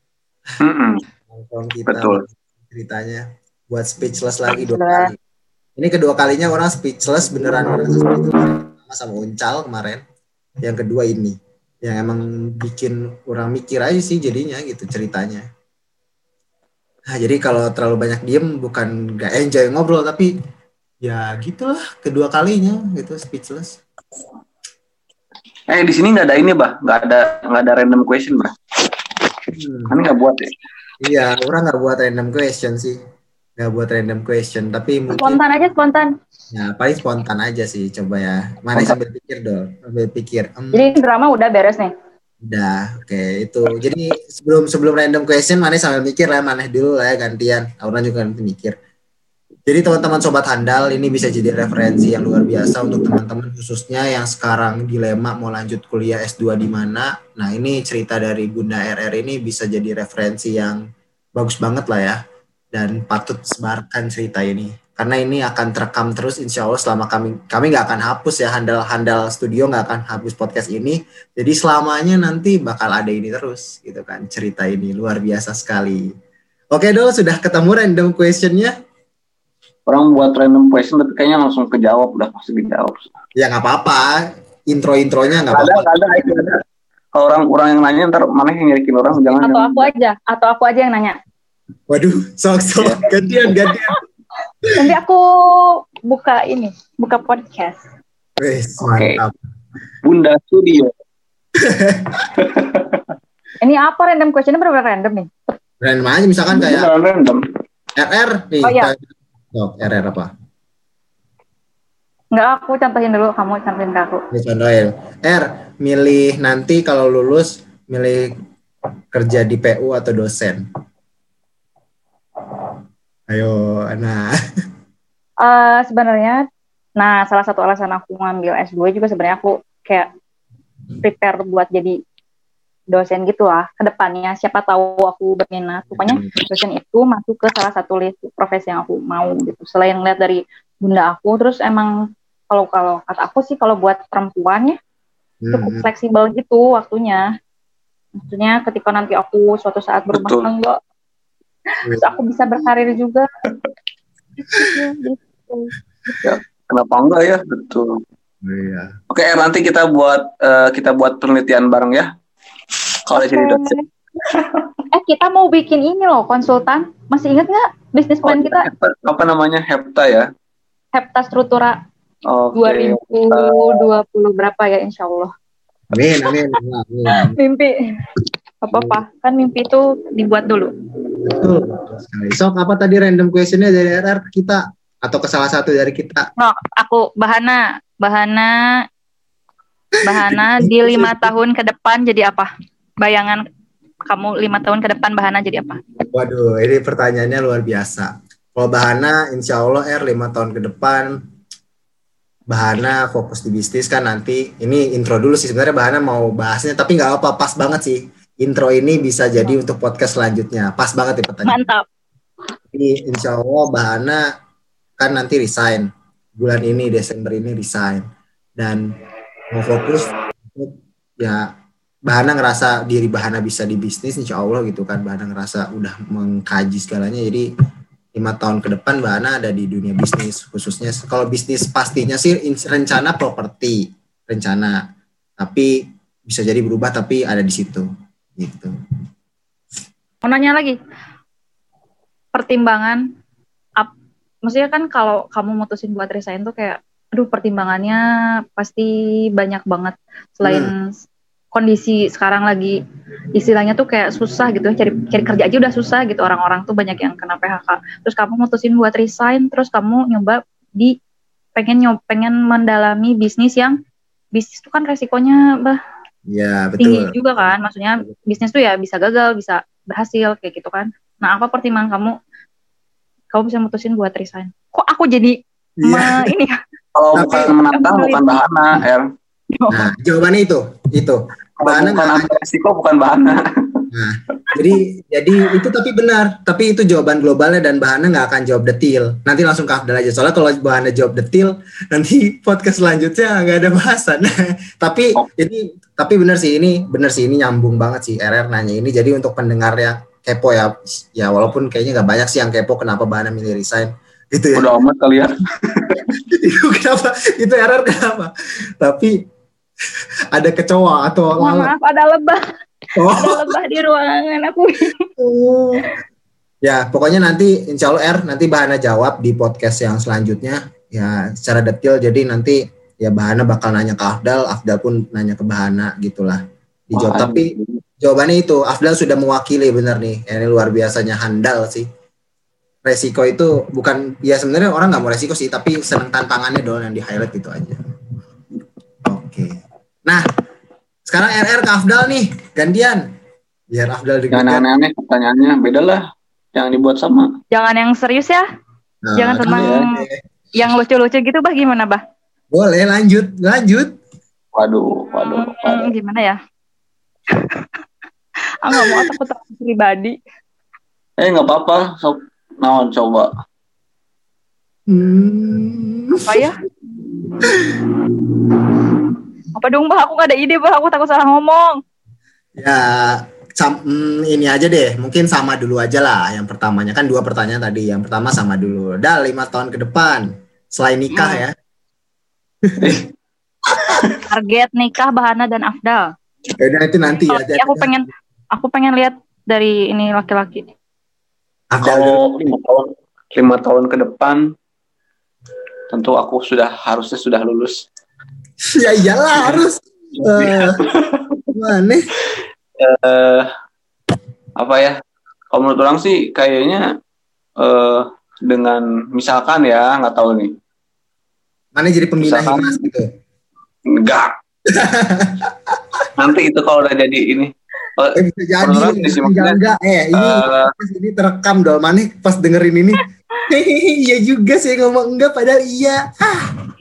Speaker 1: Mm-hmm.
Speaker 3: Kita
Speaker 1: betul.
Speaker 3: Ceritanya buat speechless lagi dua kali. Ini kedua kalinya orang speechless beneran orang speechless sama Uncal kemarin. Yang kedua ini yang emang bikin orang mikir aja sih jadinya gitu ceritanya. Nah, jadi kalau terlalu banyak diem bukan gak enjoy ngobrol tapi ya gitulah kedua kalinya gitu speechless.
Speaker 1: Eh di sini nggak ada ini bah, nggak ada nggak ada random question bah. Hmm. Kan nggak buat ya?
Speaker 3: Iya, orang nggak buat random question sih, nggak buat random question. Tapi mungkin
Speaker 2: spontan aja spontan.
Speaker 3: Ya paling spontan aja sih, coba ya. Mana sambil pikir dong, sambil pikir. Um,
Speaker 2: Jadi drama udah beres nih.
Speaker 3: Udah, oke okay, itu. Jadi sebelum sebelum random question, mana sambil mikir lah, mana dulu lah ya gantian. Orang juga nanti mikir. Jadi teman-teman sobat handal ini bisa jadi referensi yang luar biasa untuk teman-teman khususnya yang sekarang dilema mau lanjut kuliah S dua di mana. Nah ini cerita dari Bunda R R ini bisa jadi referensi yang bagus banget lah ya. Dan patut sebarkan cerita ini. Karena ini akan terekam terus insya Allah selama kami kami nggak akan hapus ya handal-handal studio nggak akan hapus podcast ini. Jadi selamanya nanti bakal ada ini terus gitu kan cerita ini luar biasa sekali. Oke Dol sudah ketemu random questionnya.
Speaker 1: Orang buat random question tapi kayaknya langsung kejawab udah pasti dijawab.
Speaker 3: Ya nggak apa-apa, intro-intronya nggak
Speaker 1: apa-apa.
Speaker 3: Ada,
Speaker 1: ada, ada. Kalau orang orang yang nanya ntar mana yang nyarikin orang jangan.
Speaker 2: Atau aku aja, atau aku aja yang nanya.
Speaker 3: Waduh, sok-sok gantian gantian.
Speaker 2: Nanti aku buka ini, buka podcast.
Speaker 3: Wes,
Speaker 1: Oke.
Speaker 3: mantap.
Speaker 1: Bunda Studio.
Speaker 2: Ini apa random question-nya benar-benar random nih?
Speaker 3: Random aja misalkan kayak
Speaker 1: random.
Speaker 3: R R nih.
Speaker 2: Oh iya.
Speaker 3: Oh, R R apa?
Speaker 2: Enggak, aku contohin dulu, kamu contohin ke aku.
Speaker 3: Ini contohin. R, milih nanti kalau lulus milih kerja di P U atau dosen? Ayo, Ana.
Speaker 2: Uh, sebenarnya, nah salah satu alasan aku ngambil S dua juga sebenarnya aku kayak prepare buat jadi dosen gitu lah ke depannya. Siapa tahu aku berminat. Pokoknya dosen itu masuk ke salah satu list profesi yang aku mau gitu. Selain lihat dari bunda aku. Terus emang kalau kalau kata aku sih kalau buat perempuan ya cukup
Speaker 3: Hmm.
Speaker 2: fleksibel gitu waktunya. Maksudnya ketika nanti aku suatu saat berumah
Speaker 1: Betul.
Speaker 2: tangga, terus aku bisa berkarir juga. Gitu.
Speaker 1: Ya, kenapa enggak ya? Betul.
Speaker 3: Iya.
Speaker 1: Oke, Er, nanti kita buat eh, kita buat penelitian bareng ya. Kalau di sini dosen.
Speaker 2: Eh kita mau bikin ini loh konsultan. Masih ingat nggak bisnis
Speaker 1: Oh,
Speaker 2: plan kita?
Speaker 1: Hepta, apa namanya? Hepta ya.
Speaker 2: Hepta Struktura
Speaker 1: Oke.
Speaker 2: dua ribu dua puluh berapa ya insya Allah.
Speaker 3: Amin, amin, amin.
Speaker 2: Mimpi. Apa-apa. Kan mimpi itu dibuat dulu.
Speaker 3: Betul. betul sekali. Sok, apa tadi random questionnya dari R R ke kita? Atau ke salah satu dari kita?
Speaker 2: No, aku Bahana. Bahana. Bahana di lima tahun ke depan jadi apa? Bayangan kamu lima tahun ke depan Bahana jadi apa?
Speaker 3: Waduh, ini pertanyaannya luar biasa. Kalau Bahana, insya Allah R lima tahun ke depan, Bahana fokus di bisnis kan nanti. Ini intro dulu sih sebenarnya Bahana mau bahasnya, tapi nggak apa, pas banget sih. Intro ini bisa jadi untuk podcast selanjutnya. Pas banget ya pertanyaan.
Speaker 2: Mantap.
Speaker 3: Jadi insya Allah Bahana kan nanti resign. Bulan ini, Desember ini resign. Dan mau fokus, ya Bahana ngerasa diri Bahana bisa di bisnis, insya Allah gitu kan. Bahana ngerasa udah mengkaji segalanya, jadi lima tahun ke depan Bahana ada di dunia bisnis. Khususnya kalau bisnis pastinya sih rencana properti, rencana. Tapi bisa jadi berubah, tapi ada di situ. Gitu.
Speaker 2: Mau nanya lagi. Pertimbangan, ap, maksudnya kan kalau kamu mutusin buat resign tuh kayak, aduh pertimbangannya pasti banyak banget. Selain hmm. kondisi sekarang lagi istilahnya tuh kayak susah gitu, cari cari kerja aja udah susah gitu, orang-orang tuh banyak yang kena P H K. Terus kamu mutusin buat resign, terus kamu nyoba di pengen nyoba pengen mendalami bisnis yang bisnis tuh kan resikonya bah
Speaker 3: ya, betul.
Speaker 2: tinggi juga kan, maksudnya bisnis tuh ya bisa gagal, bisa berhasil kayak gitu kan. Nah, apa pertimbangan kamu kamu bisa mutusin buat resign? Kok aku jadi
Speaker 3: ya.
Speaker 2: me, ini ya?
Speaker 1: Kalau bukan menantang bukan Bahana, Er.
Speaker 3: Nah, jawabannya itu, itu.
Speaker 1: Bahana bukan ambil resiko, bukan Bahana.
Speaker 3: Nah, jadi jadi itu tapi benar, tapi itu jawaban globalnya dan Bahana nggak akan jawab detail. Nanti langsung ke Afdal aja. Soalnya kalau Bahana jawab detail, nanti podcast selanjutnya nggak ada bahasan. tapi oh. ini tapi benar sih ini benar sih ini nyambung banget sih R R nanya ini. Jadi untuk pendengar yang kepo ya, ya walaupun kayaknya nggak banyak sih yang kepo kenapa Bahana milih resign gitu ya.
Speaker 1: Udah amat kali ya.
Speaker 3: Itu kenapa? Itu R R kenapa? Tapi ada kecoa atau
Speaker 2: oh, maaf ada lebah.
Speaker 3: Oh.
Speaker 2: Ada lebah di ruangan aku.
Speaker 3: Oh. Ya, pokoknya nanti insya Allah R nanti Bahana jawab di podcast yang selanjutnya ya secara detail. Jadi nanti ya Bahana bakal nanya ke Afdal, Afdal pun nanya ke Bahana gitulah. Dijawab. Oh, tapi jawabannya itu Afdal sudah mewakili benar nih. Ini luar biasanya handal sih. Resiko itu bukan ya sebenarnya orang nggak mau resiko sih, tapi senang tantangannya doang yang di highlight itu aja. Oke. Nah, sekarang R R ke Afdal nih, gantian. Biar Afdal digantian.
Speaker 1: Jangan aneh-aneh pertanyaannya, beda lah. Jangan dibuat sama.
Speaker 2: Jangan yang serius ya. Nah, jangan tentang ya. Yang lucu-lucu gitu, Bah. Gimana, Bah?
Speaker 3: Boleh, lanjut. Lanjut.
Speaker 1: Waduh, waduh. waduh.
Speaker 2: Hmm, gimana ya? Ah, nggak mau takut takut pribadi.
Speaker 1: Eh, nggak apa-apa. So, naon coba.
Speaker 3: Hmm.
Speaker 2: Apa ya? Apa dong, Bah? Aku gak ada ide, Bah. Aku takut salah ngomong.
Speaker 3: Ya, sam- hmm, ini aja deh. Mungkin sama dulu aja lah. Yang pertamanya. Kan dua pertanyaan tadi. Yang pertama sama dulu. Dal, lima tahun ke depan. Selain nikah hmm. ya.
Speaker 2: Target nikah Bahana dan Afdal.
Speaker 3: Ya, itu nanti
Speaker 2: oh,
Speaker 3: ya.
Speaker 2: Aku pengen, aku pengen lihat dari ini laki-laki.
Speaker 1: Kalau lima tahun, lima tahun ke depan, tentu aku sudah harusnya sudah lulus.
Speaker 3: Ya iyalah harus. Uh, mana?
Speaker 1: Uh, apa ya? Kalau menurut orang sih kayaknya uh, dengan misalkan ya nggak tahu nih.
Speaker 3: Mana jadi pembina Himnas gitu?
Speaker 1: Enggak. Nanti itu kalau udah jadi ini.
Speaker 3: Oh, eh, bisa jadi. Enggak, enggak. Eh ini uh, ini terekam dong. Mana pas dengerin ini? Hehehe, iya juga sih ngomong enggak padahal iya. Ah.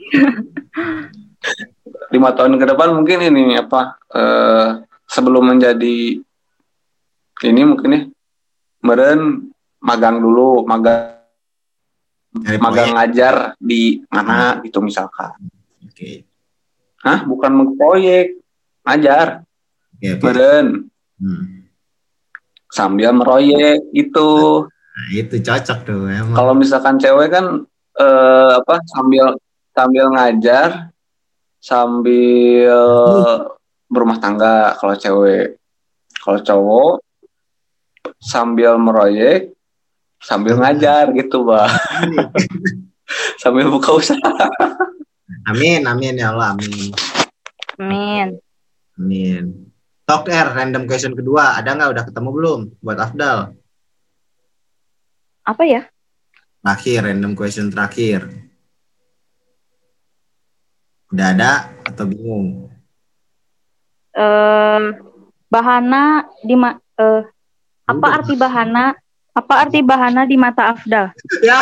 Speaker 1: Lima tahun ke depan mungkin ini apa uh, sebelum menjadi ini mungkin ya meren magang dulu magang
Speaker 3: Nyari
Speaker 1: magang
Speaker 3: proyek.
Speaker 1: ngajar di mana gitu misalkan.
Speaker 3: Oke.
Speaker 1: Hah, bukan proyek, ngajar.
Speaker 3: Oke, oke.
Speaker 1: Beren
Speaker 3: Hmm.
Speaker 1: sambil meroyek gitu.
Speaker 3: Nah, itu cocok tuh emang.
Speaker 1: Kalau misalkan cewek kan eh, apa sambil sambil ngajar sambil berumah tangga kalau cewek. Kalau cowok sambil meroyek sambil ngajar gitu, Bah. Sambil buka usaha.
Speaker 3: Amin, amin ya Allah, amin.
Speaker 2: Amin.
Speaker 3: Amin. Talk R, random question kedua. Ada nggak? Udah ketemu belum? Buat Afdal.
Speaker 2: Apa ya?
Speaker 3: Terakhir, random question terakhir. Udah ada atau bingung?
Speaker 2: Eh, bahana di ma- eh, apa
Speaker 3: Udah.
Speaker 2: arti bahana? Apa arti bahana di mata Afdal?
Speaker 3: Ya.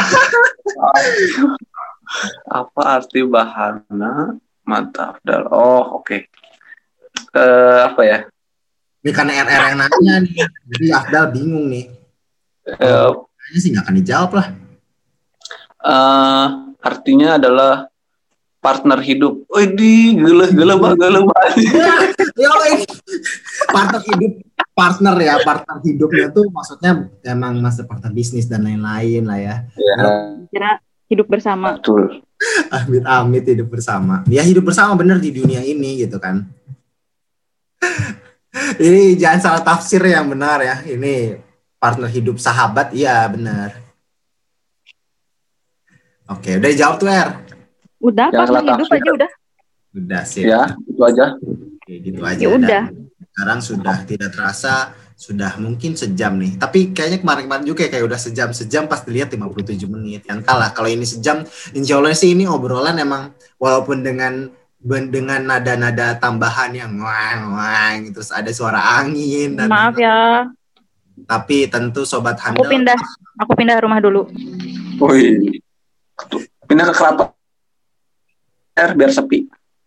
Speaker 1: Apa arti bahana mata Afdal? Oh, oke. Okay. Eh, apa ya?
Speaker 3: Ini karena R R yang nanya nih. Jadi Afdal bingung nih.
Speaker 1: Eh,
Speaker 3: Kayaknya sih nggak akan dijawab lah.
Speaker 1: eh, artinya adalah partner hidup. Widih, gele-gele bah, gele bah.
Speaker 3: Ya, ini partner hidup, partner ya, partner hidupnya tuh maksudnya emang master partner bisnis dan lain-lain lah ya.
Speaker 1: Ya,
Speaker 2: Kira hidup bersama.
Speaker 1: betul.
Speaker 3: Amit-amit hidup bersama. Ya hidup bersama bener di dunia ini gitu kan. Ini jangan salah tafsir yang benar ya. Ini partner hidup sahabat, iya benar. Oke, udah dijawab tuh R.
Speaker 2: Udah,
Speaker 1: Yang
Speaker 2: partner
Speaker 1: salah
Speaker 2: hidup
Speaker 1: tafsir.
Speaker 2: aja udah.
Speaker 3: Udah sih.
Speaker 1: Ya, itu aja.
Speaker 3: Oke, gitu aja.
Speaker 2: Ya udah.
Speaker 3: Dan sekarang sudah tidak terasa, sudah mungkin sejam nih. Tapi kayaknya kemarin-kemarin juga kayak udah sejam-sejam pas dilihat lima puluh tujuh menit. Yang kalah kalau ini sejam, insya Allah sih ini obrolan emang walaupun dengan dengan nada-nada tambahan yang wang-wang, terus ada suara angin dan
Speaker 2: Maaf ya,
Speaker 3: tapi tentu sobat
Speaker 2: aku
Speaker 3: handal
Speaker 2: pindah. Aku pindah rumah dulu.
Speaker 1: Wih. Tuh, pindah ke keraton. R biar sepi.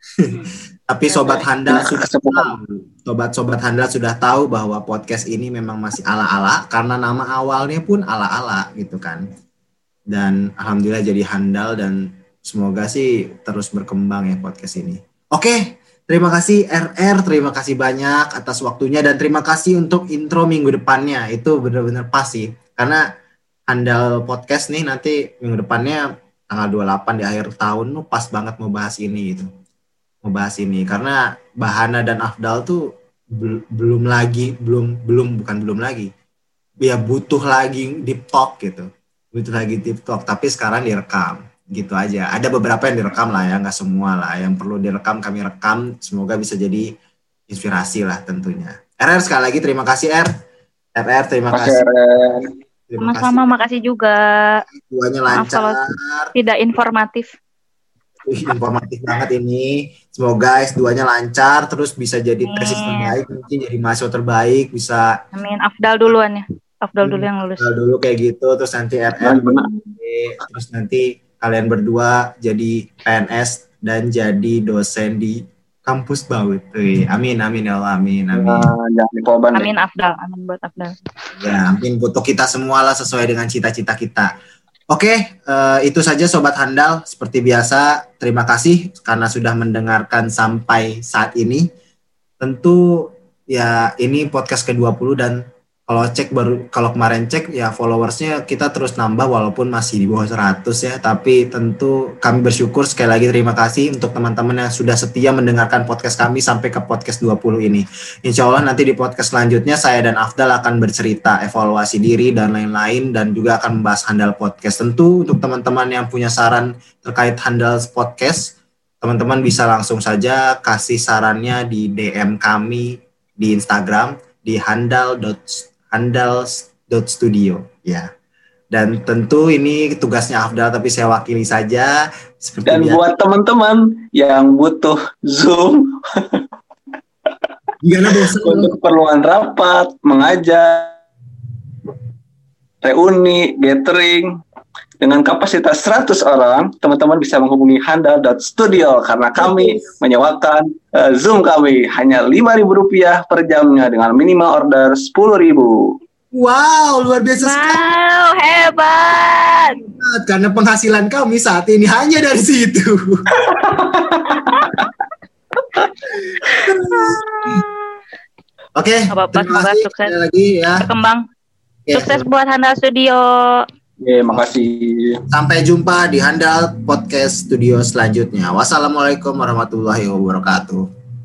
Speaker 3: tapi sobat handal
Speaker 1: Pindah ke
Speaker 3: sudah
Speaker 1: kesepuhan.
Speaker 3: tahu, sobat-sobat handal sudah tahu bahwa podcast ini memang masih ala-ala karena nama awalnya pun ala-ala gitu kan. Dan alhamdulillah jadi handal dan semoga sih terus berkembang ya podcast ini. Oke, terima kasih R R, terima kasih banyak atas waktunya dan terima kasih untuk intro minggu depannya. Itu benar-benar pas sih. Karena handal podcast nih nanti minggu depannya tanggal dua puluh delapan di akhir tahun tuh pas banget mau bahas ini gitu. Mau bahas ini karena Bahana dan Afdal tuh bel- belum lagi, belum belum bukan belum lagi. Ya butuh lagi deep talk gitu. Butuh lagi deep talk tapi sekarang direkam. Gitu aja. Ada beberapa yang direkam lah ya, nggak semua lah. Yang perlu direkam kami rekam. Semoga bisa jadi inspirasi lah tentunya. R R sekali lagi terima kasih R. R R terima
Speaker 1: Oke,
Speaker 3: kasih.
Speaker 1: R.
Speaker 3: Terima
Speaker 2: Sama-sama,
Speaker 3: kasih.
Speaker 2: makasih juga.
Speaker 3: Duanya
Speaker 2: Maaf kalau
Speaker 3: lancar.
Speaker 2: tidak informatif.
Speaker 3: Wih, informatif banget ini. Semoga S dua-nya lancar, terus bisa jadi tesis
Speaker 2: Amin.
Speaker 3: terbaik, mungkin jadi mahasiswa terbaik, bisa
Speaker 2: Amin. Afdal duluan ya. Afdal dulu yang lulus.
Speaker 3: tinggal dulu kayak gitu, terus nanti R R,
Speaker 1: Benar.
Speaker 3: terus nanti kalian berdua jadi P N S dan jadi dosen di kampus Baut. Wih, amin, amin ya Allah, amin, amin.
Speaker 1: Nah, jangan dikoban deh.
Speaker 2: Amin Afdal. Amin buat Afdal.
Speaker 3: Ya, amin untuk kita semua lah sesuai dengan cita-cita kita. Oke, eh, itu saja Sobat Handal. Seperti biasa, terima kasih karena sudah mendengarkan sampai saat ini. Tentu ya ini podcast ke dua puluh dan kalau cek baru kalau kemarin cek ya followersnya kita terus nambah walaupun masih di bawah seratus ya, tapi tentu kami bersyukur sekali lagi terima kasih untuk teman-teman yang sudah setia mendengarkan podcast kami sampai ke podcast dua puluh ini. Insya Allah nanti di podcast selanjutnya saya dan Afdal akan bercerita evaluasi diri dan lain-lain dan juga akan membahas Handal Podcast. Tentu untuk teman-teman yang punya saran terkait Handal Podcast, teman-teman bisa langsung saja kasih sarannya di D M kami di Instagram di handal dot studio ya. Dan tentu ini tugasnya Afdal tapi saya wakili saja seperti
Speaker 1: Dan
Speaker 3: biasa.
Speaker 1: buat teman-teman yang butuh Zoom
Speaker 3: Gimana bosan?
Speaker 1: untuk keperluan rapat, mengajar, reuni, gathering dengan kapasitas seratus orang, teman-teman bisa menghubungi handal dot studio karena kami menyewakan uh, Zoom kami hanya lima ribu rupiah per jamnya dengan minimal order sepuluh ribu.
Speaker 3: Wow, luar biasa sekali.
Speaker 2: Wow, hebat.
Speaker 3: banget karena penghasilan kami saat ini hanya dari situ. Oke,
Speaker 2: apa-apa,
Speaker 3: terima
Speaker 2: semoga
Speaker 3: kasih
Speaker 2: sukses.
Speaker 3: sekali lagi ya.
Speaker 2: Berkembang.
Speaker 3: Ya,
Speaker 2: Sukses buat Handal Studio.
Speaker 1: Oke, makasih.
Speaker 3: sampai jumpa di Handal Podcast Studio selanjutnya. Wassalamualaikum warahmatullahi wabarakatuh.